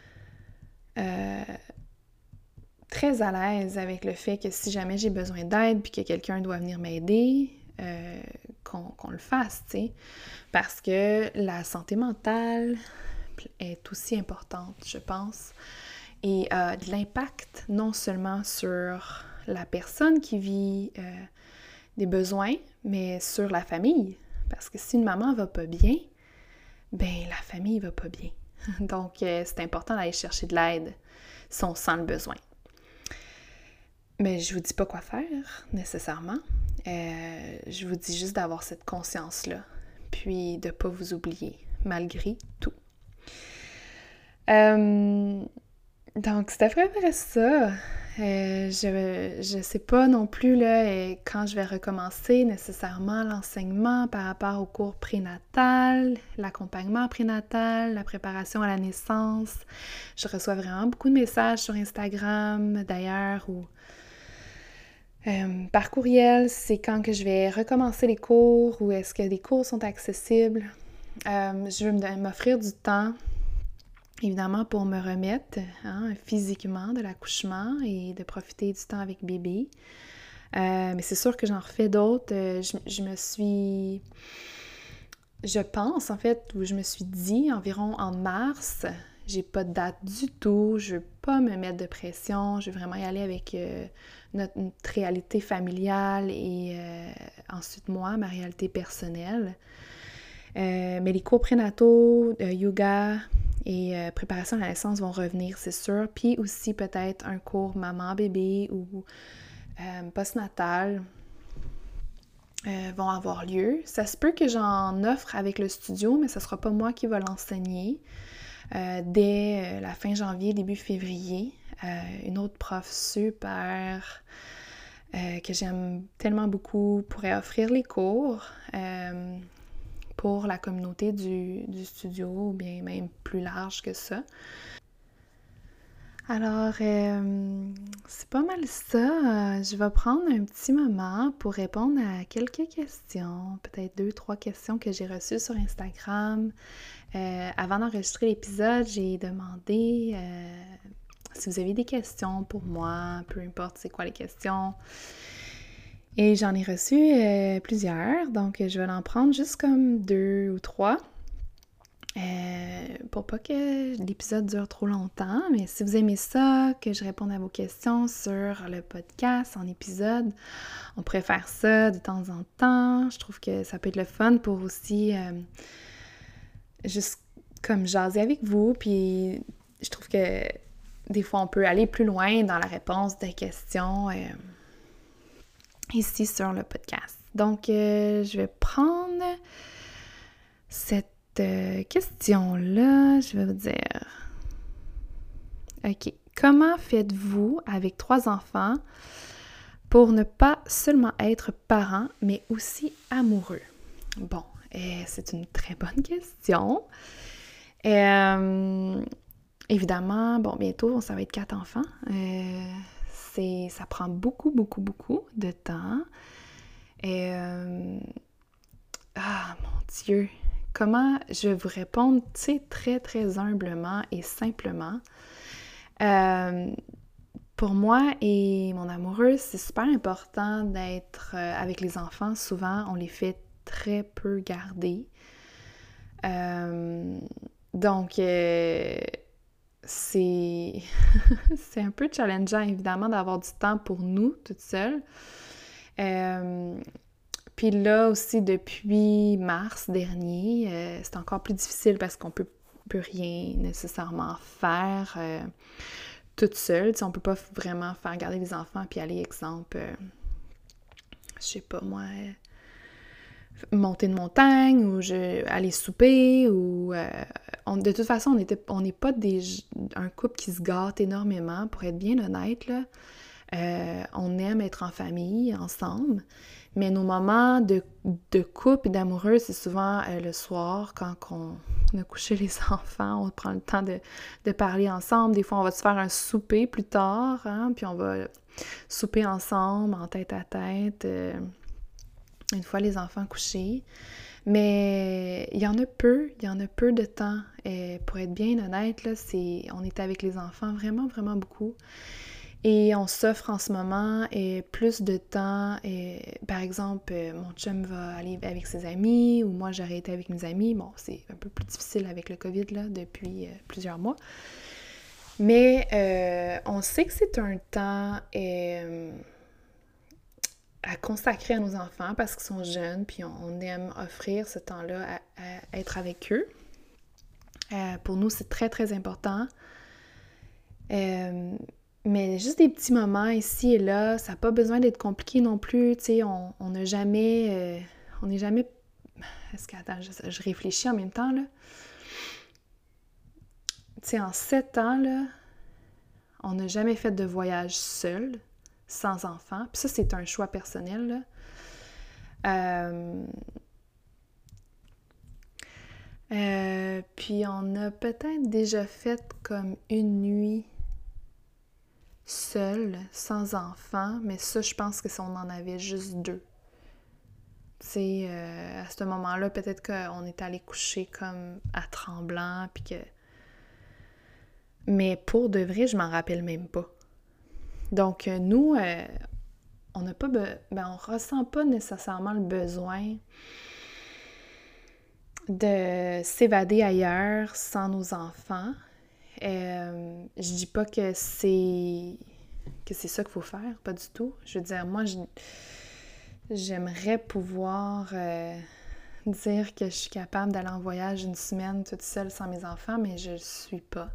A: très à l'aise avec le fait que si jamais j'ai besoin d'aide puis que quelqu'un doit venir m'aider, qu'on le fasse, tu sais. Parce que la santé mentale est aussi importante, je pense, et de l'impact non seulement sur la personne qui vit des besoins, mais sur la famille. Parce que si une maman va pas bien, ben la famille va pas bien. Donc, c'est important d'aller chercher de l'aide si on sent le besoin. Mais je vous dis pas quoi faire, nécessairement. Je vous dis juste d'avoir cette conscience-là, puis de pas vous oublier, malgré tout. Donc, c'est à peu près ça. Je sais pas non plus là, quand je vais recommencer nécessairement l'enseignement par rapport au cours prénatal, l'accompagnement prénatal, la préparation à la naissance. Je reçois vraiment beaucoup de messages sur Instagram, d'ailleurs, ou par courriel, c'est quand que je vais recommencer les cours ou est-ce que les cours sont accessibles. Je veux m'offrir du temps, évidemment, pour me remettre physiquement de l'accouchement et de profiter du temps avec bébé. Mais c'est sûr que j'en refais d'autres. Je pense, en fait, ou je me suis dit environ en mars, j'ai pas de date du tout, je veux pas me mettre de pression, je veux vraiment y aller avec notre réalité familiale et ensuite moi, ma réalité personnelle. Mais les cours prénataux, yoga et préparation à la naissance vont revenir, c'est sûr. Puis aussi peut-être un cours maman-bébé ou postnatal vont avoir lieu. Ça se peut que j'en offre avec le studio, mais ce ne sera pas moi qui va l'enseigner. Dès la fin janvier, début février, une autre prof super que j'aime tellement beaucoup pourrait offrir les cours pour la communauté du studio, ou bien même plus large que ça. Alors, c'est pas mal ça. Je vais prendre un petit moment pour répondre à quelques questions, peut-être 2-3 questions que j'ai reçues sur Instagram. Avant d'enregistrer l'épisode, j'ai demandé si vous avez des questions pour moi, peu importe c'est quoi les questions. Et j'en ai reçu plusieurs, donc je vais en prendre juste comme 2 ou 3. Pour pas que l'épisode dure trop longtemps, mais si vous aimez ça, que je réponde à vos questions sur le podcast en épisode, on pourrait faire ça de temps en temps. Je trouve que ça peut être le fun pour aussi juste comme jaser avec vous, puis je trouve que des fois on peut aller plus loin dans la réponse des questions ici sur le podcast. Donc je vais prendre cette question-là, je vais vous dire. OK. Comment faites-vous avec 3 enfants pour ne pas seulement être parent, mais aussi amoureux? Bon, c'est une très bonne question. Évidemment, bon, bientôt, ça va être 4 enfants. Ça prend beaucoup, beaucoup, beaucoup de temps. Mon Dieu! Comment je vais vous répondre, tu sais, très, très humblement et simplement. Pour moi et mon amoureux, c'est super important d'être avec les enfants. Souvent, on les fait très peu garder. Donc, c'est c'est un peu challengeant, évidemment, d'avoir du temps pour nous, toute seule. Puis là aussi, depuis mars dernier, c'est encore plus difficile parce qu'on peut rien nécessairement faire toute seule. Tu sais, on peut pas vraiment faire garder les enfants puis aller, exemple, je sais pas moi, monter une montagne ou aller souper ou... de toute façon, on n'est pas un couple qui se gâte énormément, pour être bien honnête, là. On aime être en famille, ensemble, mais nos moments de couple et d'amoureux, c'est souvent le soir, quand on a couché les enfants, on prend le temps de parler ensemble. Des fois, on va se faire un souper plus tard, hein, puis on va souper ensemble, en tête à tête, une fois les enfants couchés. Mais il y en a peu de temps. Pour être bien honnête, là, on est avec les enfants vraiment, vraiment beaucoup. Et on s'offre en ce moment plus de temps. Par exemple, mon chum va aller avec ses amis ou moi, j'aurais été avec mes amis. Bon, c'est un peu plus difficile avec le COVID là, depuis plusieurs mois. Mais on sait que c'est un temps à consacrer à nos enfants parce qu'ils sont jeunes, puis on aime offrir ce temps-là à être avec eux. Pour nous, c'est très, très important. Mais juste des petits moments ici et là, ça n'a pas besoin d'être compliqué non plus, tu sais, on n'est jamais... Est-ce que, attends, je réfléchis en même temps, là. Tu sais, en 7 ans, là, on n'a jamais fait de voyage seul, sans enfant. Puis ça, c'est un choix personnel, là. Puis on a peut-être déjà fait comme une nuit seule, sans enfant, mais ça, je pense que si on en avait juste 2. Tu sais, à ce moment-là, peut-être qu'on est allé coucher comme à tremblant, puis que... Mais pour de vrai, je m'en rappelle même pas. Donc, nous, on n'a pas... on ressent pas nécessairement le besoin de s'évader ailleurs sans nos enfants. Je dis pas que c'est ça qu'il faut faire, pas du tout. Je veux dire, moi, j'aimerais pouvoir dire que je suis capable d'aller en voyage une semaine toute seule sans mes enfants, mais je le suis pas.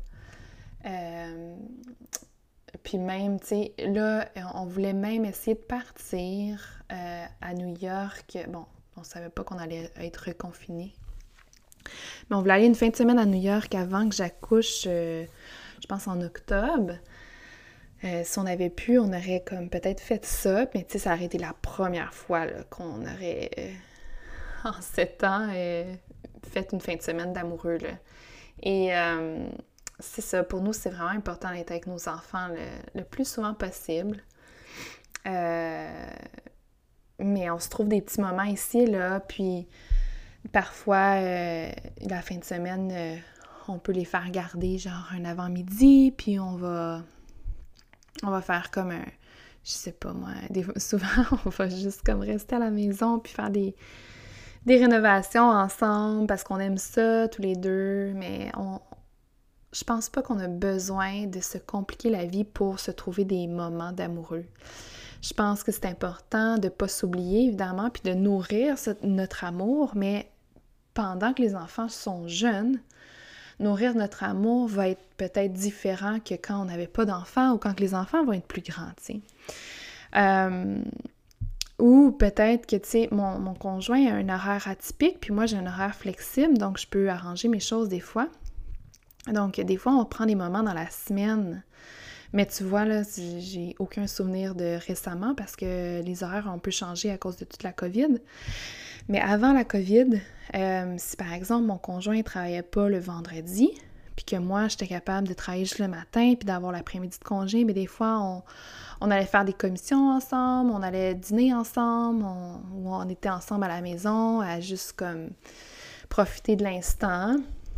A: Puis même, tu sais, là, on voulait même essayer de partir à New York. Bon, on savait pas qu'on allait être reconfinés. Mais on voulait aller une fin de semaine à New York avant que j'accouche, je pense en octobre. Si on avait pu, on aurait comme peut-être fait ça, mais tu sais, ça aurait été la première fois là, qu'on aurait, en 7 ans, fait une fin de semaine d'amoureux, là. Et c'est ça, pour nous, c'est vraiment important d'être avec nos enfants le plus souvent possible. Mais on se trouve des petits moments ici, là, puis... Parfois, la fin de semaine, on peut les faire garder genre un avant-midi, puis on va faire comme un, je sais pas moi, souvent on va juste comme rester à la maison puis faire des rénovations ensemble parce qu'on aime ça tous les deux, mais je pense pas qu'on a besoin de se compliquer la vie pour se trouver des moments d'amoureux. Je pense que c'est important de ne pas s'oublier, évidemment, puis de nourrir notre amour, mais pendant que les enfants sont jeunes, nourrir notre amour va être peut-être différent que quand on n'avait pas d'enfants ou quand les enfants vont être plus grands, tu sais. Ou peut-être que, tu sais, mon conjoint a un horaire atypique, puis moi j'ai un horaire flexible, donc je peux arranger mes choses des fois. Donc, des fois, on prend des moments dans la semaine. Mais tu vois, là, j'ai aucun souvenir de récemment parce que les horaires ont un peu changé à cause de toute la COVID. Mais avant la COVID, si par exemple mon conjoint ne travaillait pas le vendredi, puis que moi, j'étais capable de travailler juste le matin puis d'avoir l'après-midi de congé, mais des fois, on allait faire des commissions ensemble, on allait dîner ensemble, on était ensemble à la maison à juste comme profiter de l'instant.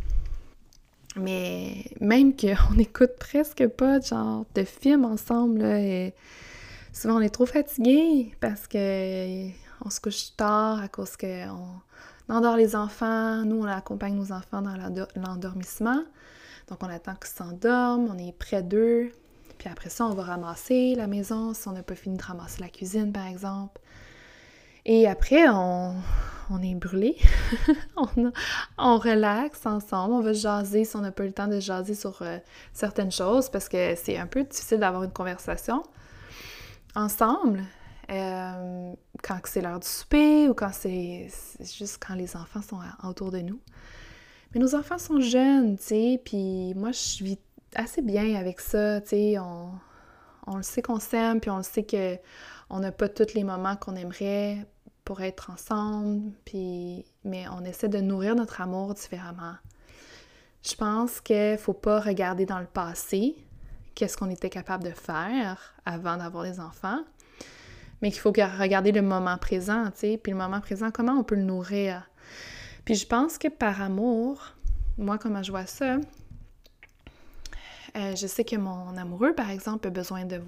A: Mais même qu'on n'écoute presque pas genre de films ensemble, là, et souvent on est trop fatigué parce que on se couche tard à cause qu'on endort les enfants. Nous, on accompagne nos enfants dans l'endormissement. Donc, on attend qu'ils s'endorment, on est près d'eux. Puis après ça, on va ramasser la maison si on n'a pas fini de ramasser la cuisine, par exemple. Et après, on est brûlés. on relaxe ensemble, on va jaser si on n'a pas eu le temps de jaser sur certaines choses parce que c'est un peu difficile d'avoir une conversation ensemble. Quand c'est l'heure du souper ou quand c'est juste quand les enfants sont autour de nous. Mais nos enfants sont jeunes, tu sais, puis moi, je vis assez bien avec ça, tu sais, on le sait qu'on s'aime, puis on le sait qu'on n'a pas tous les moments qu'on aimerait pour être ensemble, mais on essaie de nourrir notre amour différemment. Je pense qu'il ne faut pas regarder dans le passé qu'est-ce qu'on était capable de faire avant d'avoir des enfants, mais qu'il faut regarder le moment présent, tu sais, puis le moment présent, comment on peut le nourrir. Puis je pense que par amour, moi, comment je vois ça, je sais que mon amoureux, par exemple, a besoin de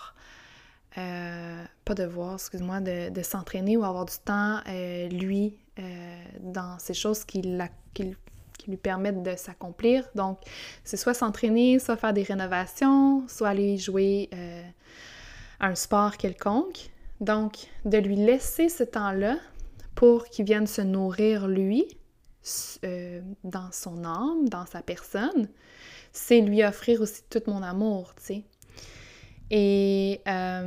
A: de s'entraîner ou avoir du temps, lui, dans ces choses qui lui permettent de s'accomplir. Donc, c'est soit s'entraîner, soit faire des rénovations, soit aller jouer à un sport quelconque. Donc, de lui laisser ce temps-là pour qu'il vienne se nourrir, lui, dans son âme, dans sa personne, c'est lui offrir aussi tout mon amour, tu sais. Et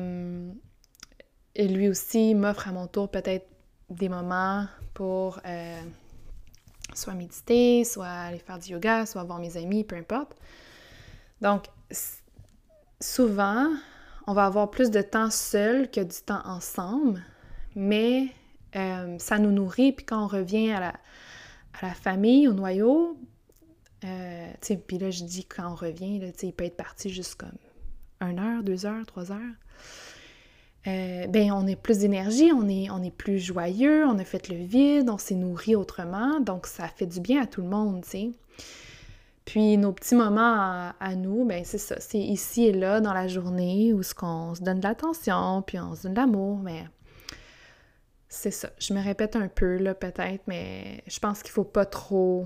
A: lui aussi m'offre à mon tour peut-être des moments pour soit méditer, soit aller faire du yoga, soit voir mes amis, peu importe. Donc, souvent, on va avoir plus de temps seul que du temps ensemble, mais ça nous nourrit, puis quand on revient à la famille, au noyau, tu sais, puis là, je dis quand on revient, là, tu sais, il peut être parti juste comme 1 heure, 2 heures, 3 heures. Ben, on a plus d'énergie, on est plus joyeux, on a fait le vide, on s'est nourri autrement, donc ça fait du bien à tout le monde, tu sais. Puis nos petits moments à nous, ben c'est ça, c'est ici et là dans la journée où on se donne de l'attention, puis on se donne de l'amour, mais c'est ça. Je me répète un peu, là, peut-être, mais je pense qu'il faut pas trop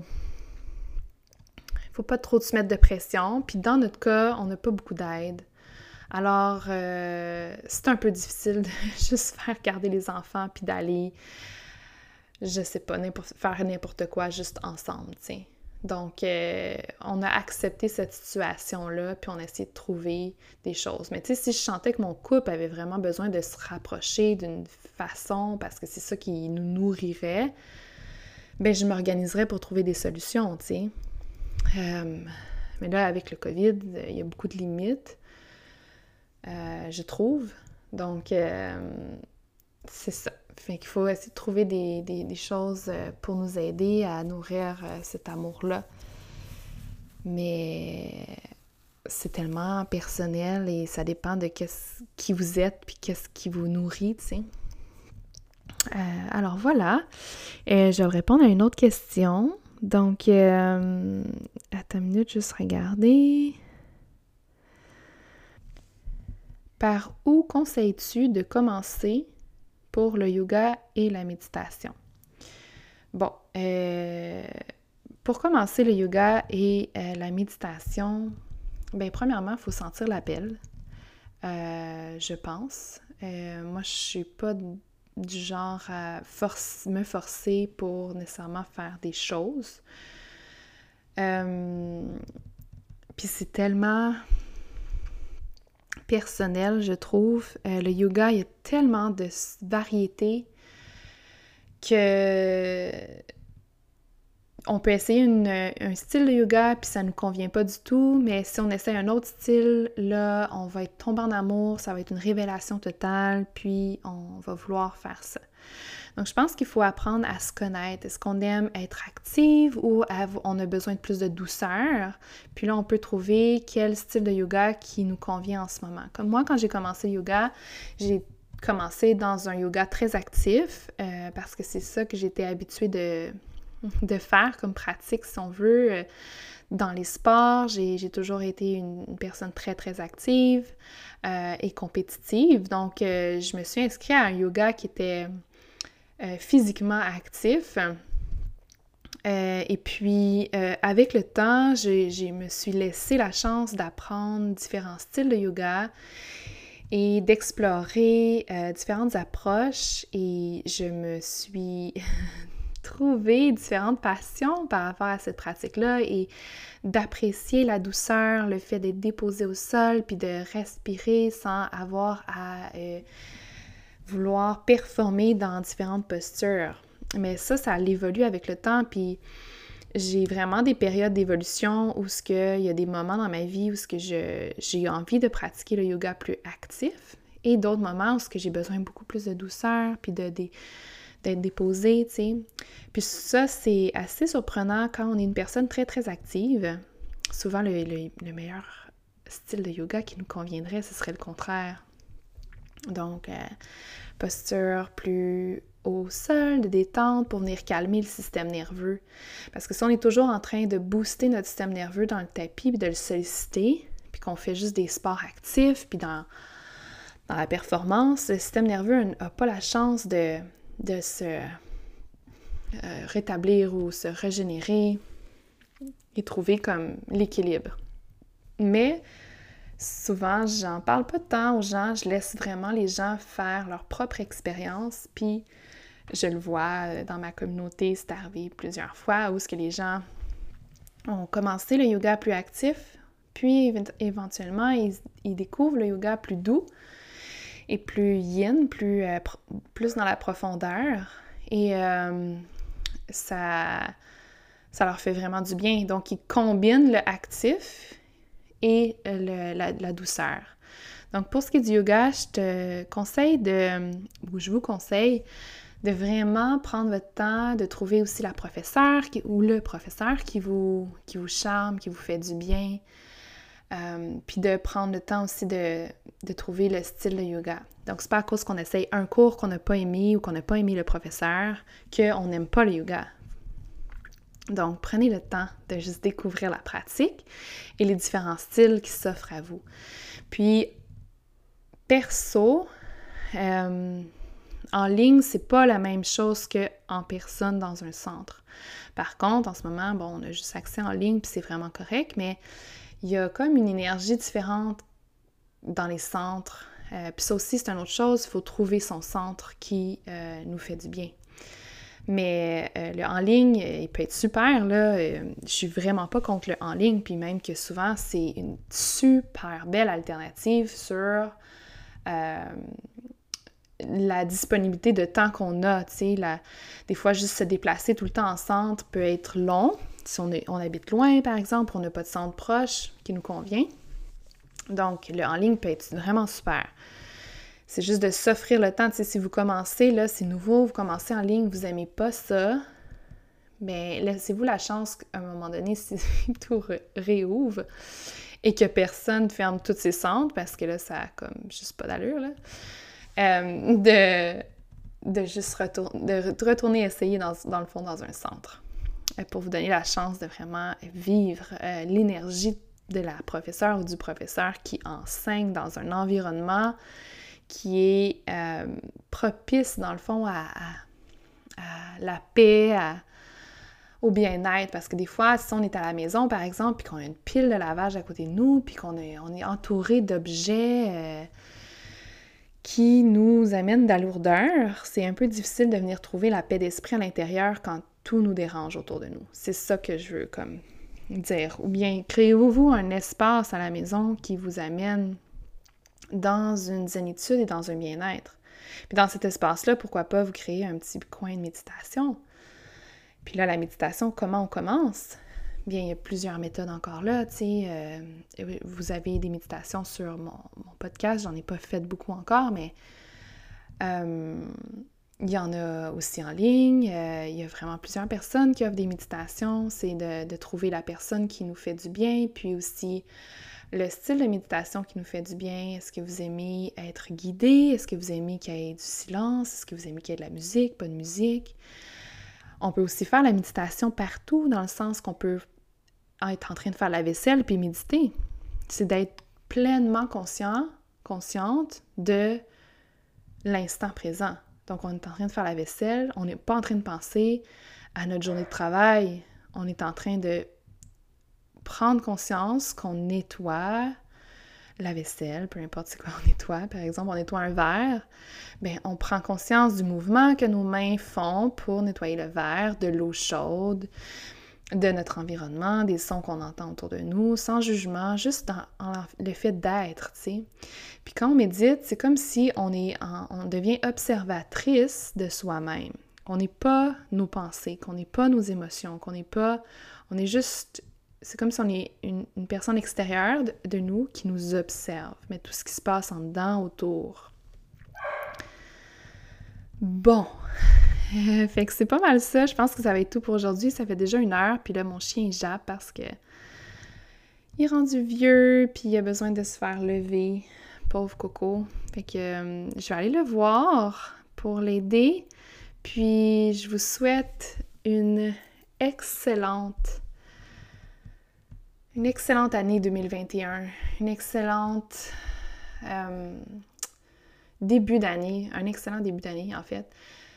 A: se mettre de pression. Puis dans notre cas, on n'a pas beaucoup d'aide. Alors, c'est un peu difficile de juste faire garder les enfants puis d'aller, je sais pas, faire n'importe quoi juste ensemble, tu sais. Donc, on a accepté cette situation-là, puis on a essayé de trouver des choses. Mais tu sais, si je sentais que mon couple avait vraiment besoin de se rapprocher d'une façon, parce que c'est ça qui nous nourrirait, ben je m'organiserais pour trouver des solutions, tu sais. Mais là, avec le COVID, il y a beaucoup de limites, je trouve. Donc, c'est ça. Fait qu'il faut essayer de trouver des choses pour nous aider à nourrir cet amour-là. Mais c'est tellement personnel et ça dépend de qui vous êtes puis qu'est-ce qui vous nourrit, tu sais. Alors voilà. Je vais répondre à une autre question. Donc, attends une minute, juste regarder. Par où conseilles-tu de commencer pour le yoga et la méditation? Bon, pour commencer le yoga et la méditation, bien, premièrement, il faut sentir l'appel, je pense. Moi, je suis pas du genre à me forcer pour nécessairement faire des choses. Puis c'est tellement personnel, je trouve. Le yoga, il y a tellement de variétés que On peut essayer un style de yoga, puis ça nous convient pas du tout, mais si on essaie un autre style, là, on va être tombé en amour, ça va être une révélation totale, puis on va vouloir faire ça. Donc, je pense qu'il faut apprendre à se connaître. Est-ce qu'on aime être active ou on a besoin de plus de douceur? Puis là, on peut trouver quel style de yoga qui nous convient en ce moment. Comme moi, quand j'ai commencé le yoga, j'ai commencé dans un yoga très actif parce que c'est ça que j'étais habituée de faire comme pratique, si on veut. Dans les sports, j'ai toujours été une personne très, très active et compétitive. Donc, je me suis inscrite à un yoga qui était physiquement actif. Et puis, avec le temps, je me suis laissé la chance d'apprendre différents styles de yoga et d'explorer différentes approches. Et je me suis trouvé différentes passions par rapport à cette pratique-là et d'apprécier la douceur, le fait d'être déposé au sol, puis de respirer sans avoir à vouloir performer dans différentes postures. Mais ça évolue avec le temps, puis j'ai vraiment des périodes d'évolution où il y a des moments dans ma vie où j'ai envie de pratiquer le yoga plus actif et d'autres moments où j'ai besoin beaucoup plus de douceur, puis d'être déposée, tu sais. Puis ça, c'est assez surprenant quand on est une personne très, très active. Souvent, le meilleur style de yoga qui nous conviendrait, ce serait le contraire. Donc, posture plus au sol, de détente pour venir calmer le système nerveux. Parce que si on est toujours en train de booster notre système nerveux dans le tapis, puis de le solliciter, puis qu'on fait juste des sports actifs, puis dans la performance, le système nerveux n'a pas la chance de se rétablir ou se régénérer et trouver comme l'équilibre. Mais souvent, j'en parle pas tant aux gens, je laisse vraiment les gens faire leur propre expérience, puis je le vois dans ma communauté, c'est arrivé plusieurs fois où les gens ont commencé le yoga plus actif, puis éventuellement, ils découvrent le yoga plus doux et plus yin, plus dans la profondeur, et ça leur fait vraiment du bien. Donc, ils combinent le actif et la douceur. Donc, pour ce qui est du yoga, je vous conseille de vraiment prendre votre temps, de trouver aussi la professeure ou le professeur qui vous charme, qui vous fait du bien, puis de prendre le temps aussi de trouver le style de yoga. Donc, c'est pas à cause qu'on essaye un cours qu'on n'a pas aimé ou qu'on n'a pas aimé le professeur qu'on n'aime pas le yoga. Donc, prenez le temps de juste découvrir la pratique et les différents styles qui s'offrent à vous. Puis, perso, en ligne, c'est pas la même chose qu'en personne dans un centre. Par contre, en ce moment, on a juste accès en ligne, puis c'est vraiment correct, mais il y a comme une énergie différente dans les centres. Puis ça aussi, c'est une autre chose, il faut trouver son centre qui nous fait du bien. Mais le en ligne, il peut être super, là. Je suis vraiment pas contre le en ligne, puis même que souvent, c'est une super belle alternative sur la disponibilité de temps qu'on a, tu sais. Des fois, juste se déplacer tout le temps en centre peut être long. Si on habite loin, par exemple, on n'a pas de centre proche qui nous convient. Donc, le en ligne peut être vraiment super. C'est juste de s'offrir le temps. Tu sais, si vous commencez, là, c'est nouveau, vous commencez en ligne, vous n'aimez pas ça, bien, laissez-vous la chance qu'à un moment donné, si tout réouvre et que personne ferme tous ses centres, parce que là, ça a comme juste pas d'allure, là, de juste retourner essayer dans le fond dans un centre pour vous donner la chance de vraiment vivre l'énergie de la professeure ou du professeur qui enseigne dans un environnement qui est propice, dans le fond, à la paix, au bien-être. Parce que des fois, si on est à la maison, par exemple, puis qu'on a une pile de lavage à côté de nous, puis on est entouré d'objets qui nous amènent de la lourdeur, c'est un peu difficile de venir trouver la paix d'esprit à l'intérieur quand tout nous dérange autour de nous. C'est ça que je veux comme dire. Ou bien, créez-vous un espace à la maison qui vous amène dans une zénitude et dans un bien-être. Puis dans cet espace-là, pourquoi pas vous créer un petit coin de méditation Puis là, la méditation, comment on commence? Bien, il y a plusieurs méthodes encore là, tu sais. Vous avez des méditations sur mon podcast, j'en ai pas fait beaucoup encore, mais il y en a aussi en ligne. Il y a vraiment plusieurs personnes qui offrent des méditations. C'est de trouver la personne qui nous fait du bien, puis aussi le style de méditation qui nous fait du bien. Est-ce que vous aimez être guidé? Est-ce que vous aimez qu'il y ait du silence? Est-ce que vous aimez qu'il y ait de la musique, pas de musique? On peut aussi faire la méditation partout, dans le sens qu'on peut être en train de faire la vaisselle puis méditer. C'est d'être pleinement consciente de l'instant présent. Donc, on est en train de faire la vaisselle, on n'est pas en train de penser à notre journée de travail. On est en train de prendre conscience qu'on nettoie la vaisselle, peu importe c'est quoi on nettoie. Par exemple, on nettoie un verre, bien, on prend conscience du mouvement que nos mains font pour nettoyer le verre, de l'eau chaude, de notre environnement, des sons qu'on entend autour de nous, sans jugement, juste dans le fait d'être, tu sais. Puis quand on médite, c'est comme si on devient observatrice de soi-même, qu'on n'est pas nos pensées, qu'on n'est pas nos émotions, on est juste, c'est comme si on est une personne extérieure de nous qui nous observe, mais tout ce qui se passe en dedans, autour. Bon, fait que c'est pas mal ça. Je pense que ça va être tout pour aujourd'hui. Ça fait déjà 1 heure, puis là, mon chien jappe parce que il est rendu vieux, puis il a besoin de se faire lever. Pauvre Coco. Fait que je vais aller le voir pour l'aider. Puis je vous souhaite une excellente année 2021. Une excellente début d'année. Un excellent début d'année, en fait.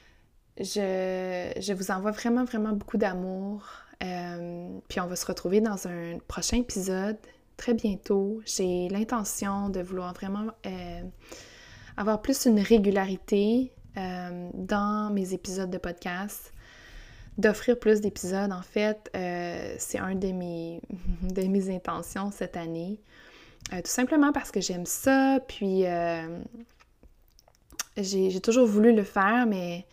A: Je vous envoie vraiment, vraiment beaucoup d'amour. Puis on va se retrouver dans un prochain épisode très bientôt. J'ai l'intention de vouloir vraiment avoir plus une régularité dans mes épisodes de podcast, d'offrir plus d'épisodes. En fait, c'est un de mes intentions cette année. Tout simplement parce que j'aime ça, puis j'ai toujours voulu le faire, mais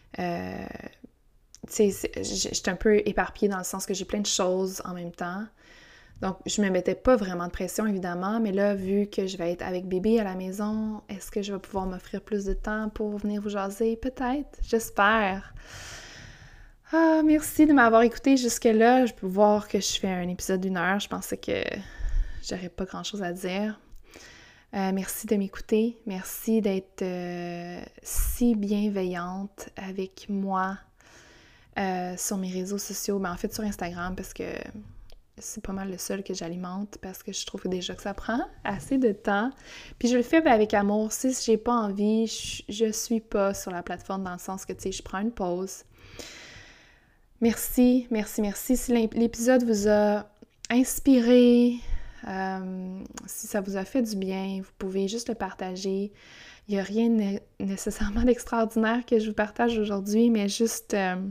A: tu sais, j'étais un peu éparpillée dans le sens que j'ai plein de choses en même temps. Donc, je me mettais pas vraiment de pression, évidemment, mais là, vu que je vais être avec bébé à la maison, est-ce que je vais pouvoir m'offrir plus de temps pour venir vous jaser? Peut-être, j'espère. Ah, merci de m'avoir écouté jusque-là. Je peux voir que je fais un épisode d'1 heure. Je pensais que j'aurais pas grand-chose à dire. Merci de m'écouter. Merci d'être si bienveillante avec moi sur mes réseaux sociaux. Ben, en fait, sur Instagram, parce que c'est pas mal le seul que j'alimente, parce que je trouve déjà que ça prend assez de temps. Puis je le fais avec amour. Si j'ai pas envie, je suis pas sur la plateforme dans le sens que, tu sais, je prends une pause. Merci, merci, merci. Si l'épisode vous a inspiré, si ça vous a fait du bien, vous pouvez juste le partager. Il n'y a rien nécessairement d'extraordinaire que je vous partage aujourd'hui, mais juste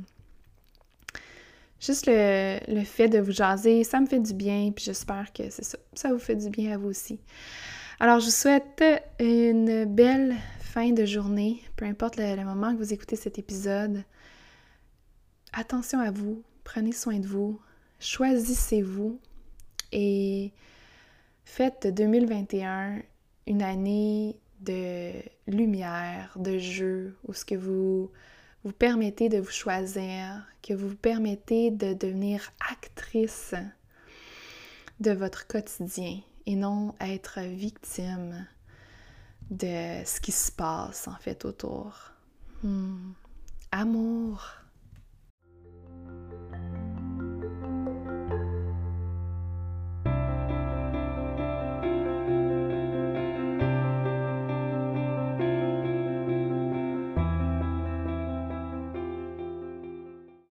A: le fait de vous jaser, ça me fait du bien, puis j'espère que c'est ça, ça vous fait du bien à vous aussi. Alors, je vous souhaite une belle fin de journée, peu importe le moment que vous écoutez cet épisode. Attention à vous, prenez soin de vous, choisissez-vous et faites de 2021 une année de lumière, de jeu, où ce que vous permettez de vous choisir, que vous vous permettez de devenir actrice de votre quotidien et non être victime de ce qui se passe en fait autour. Amour!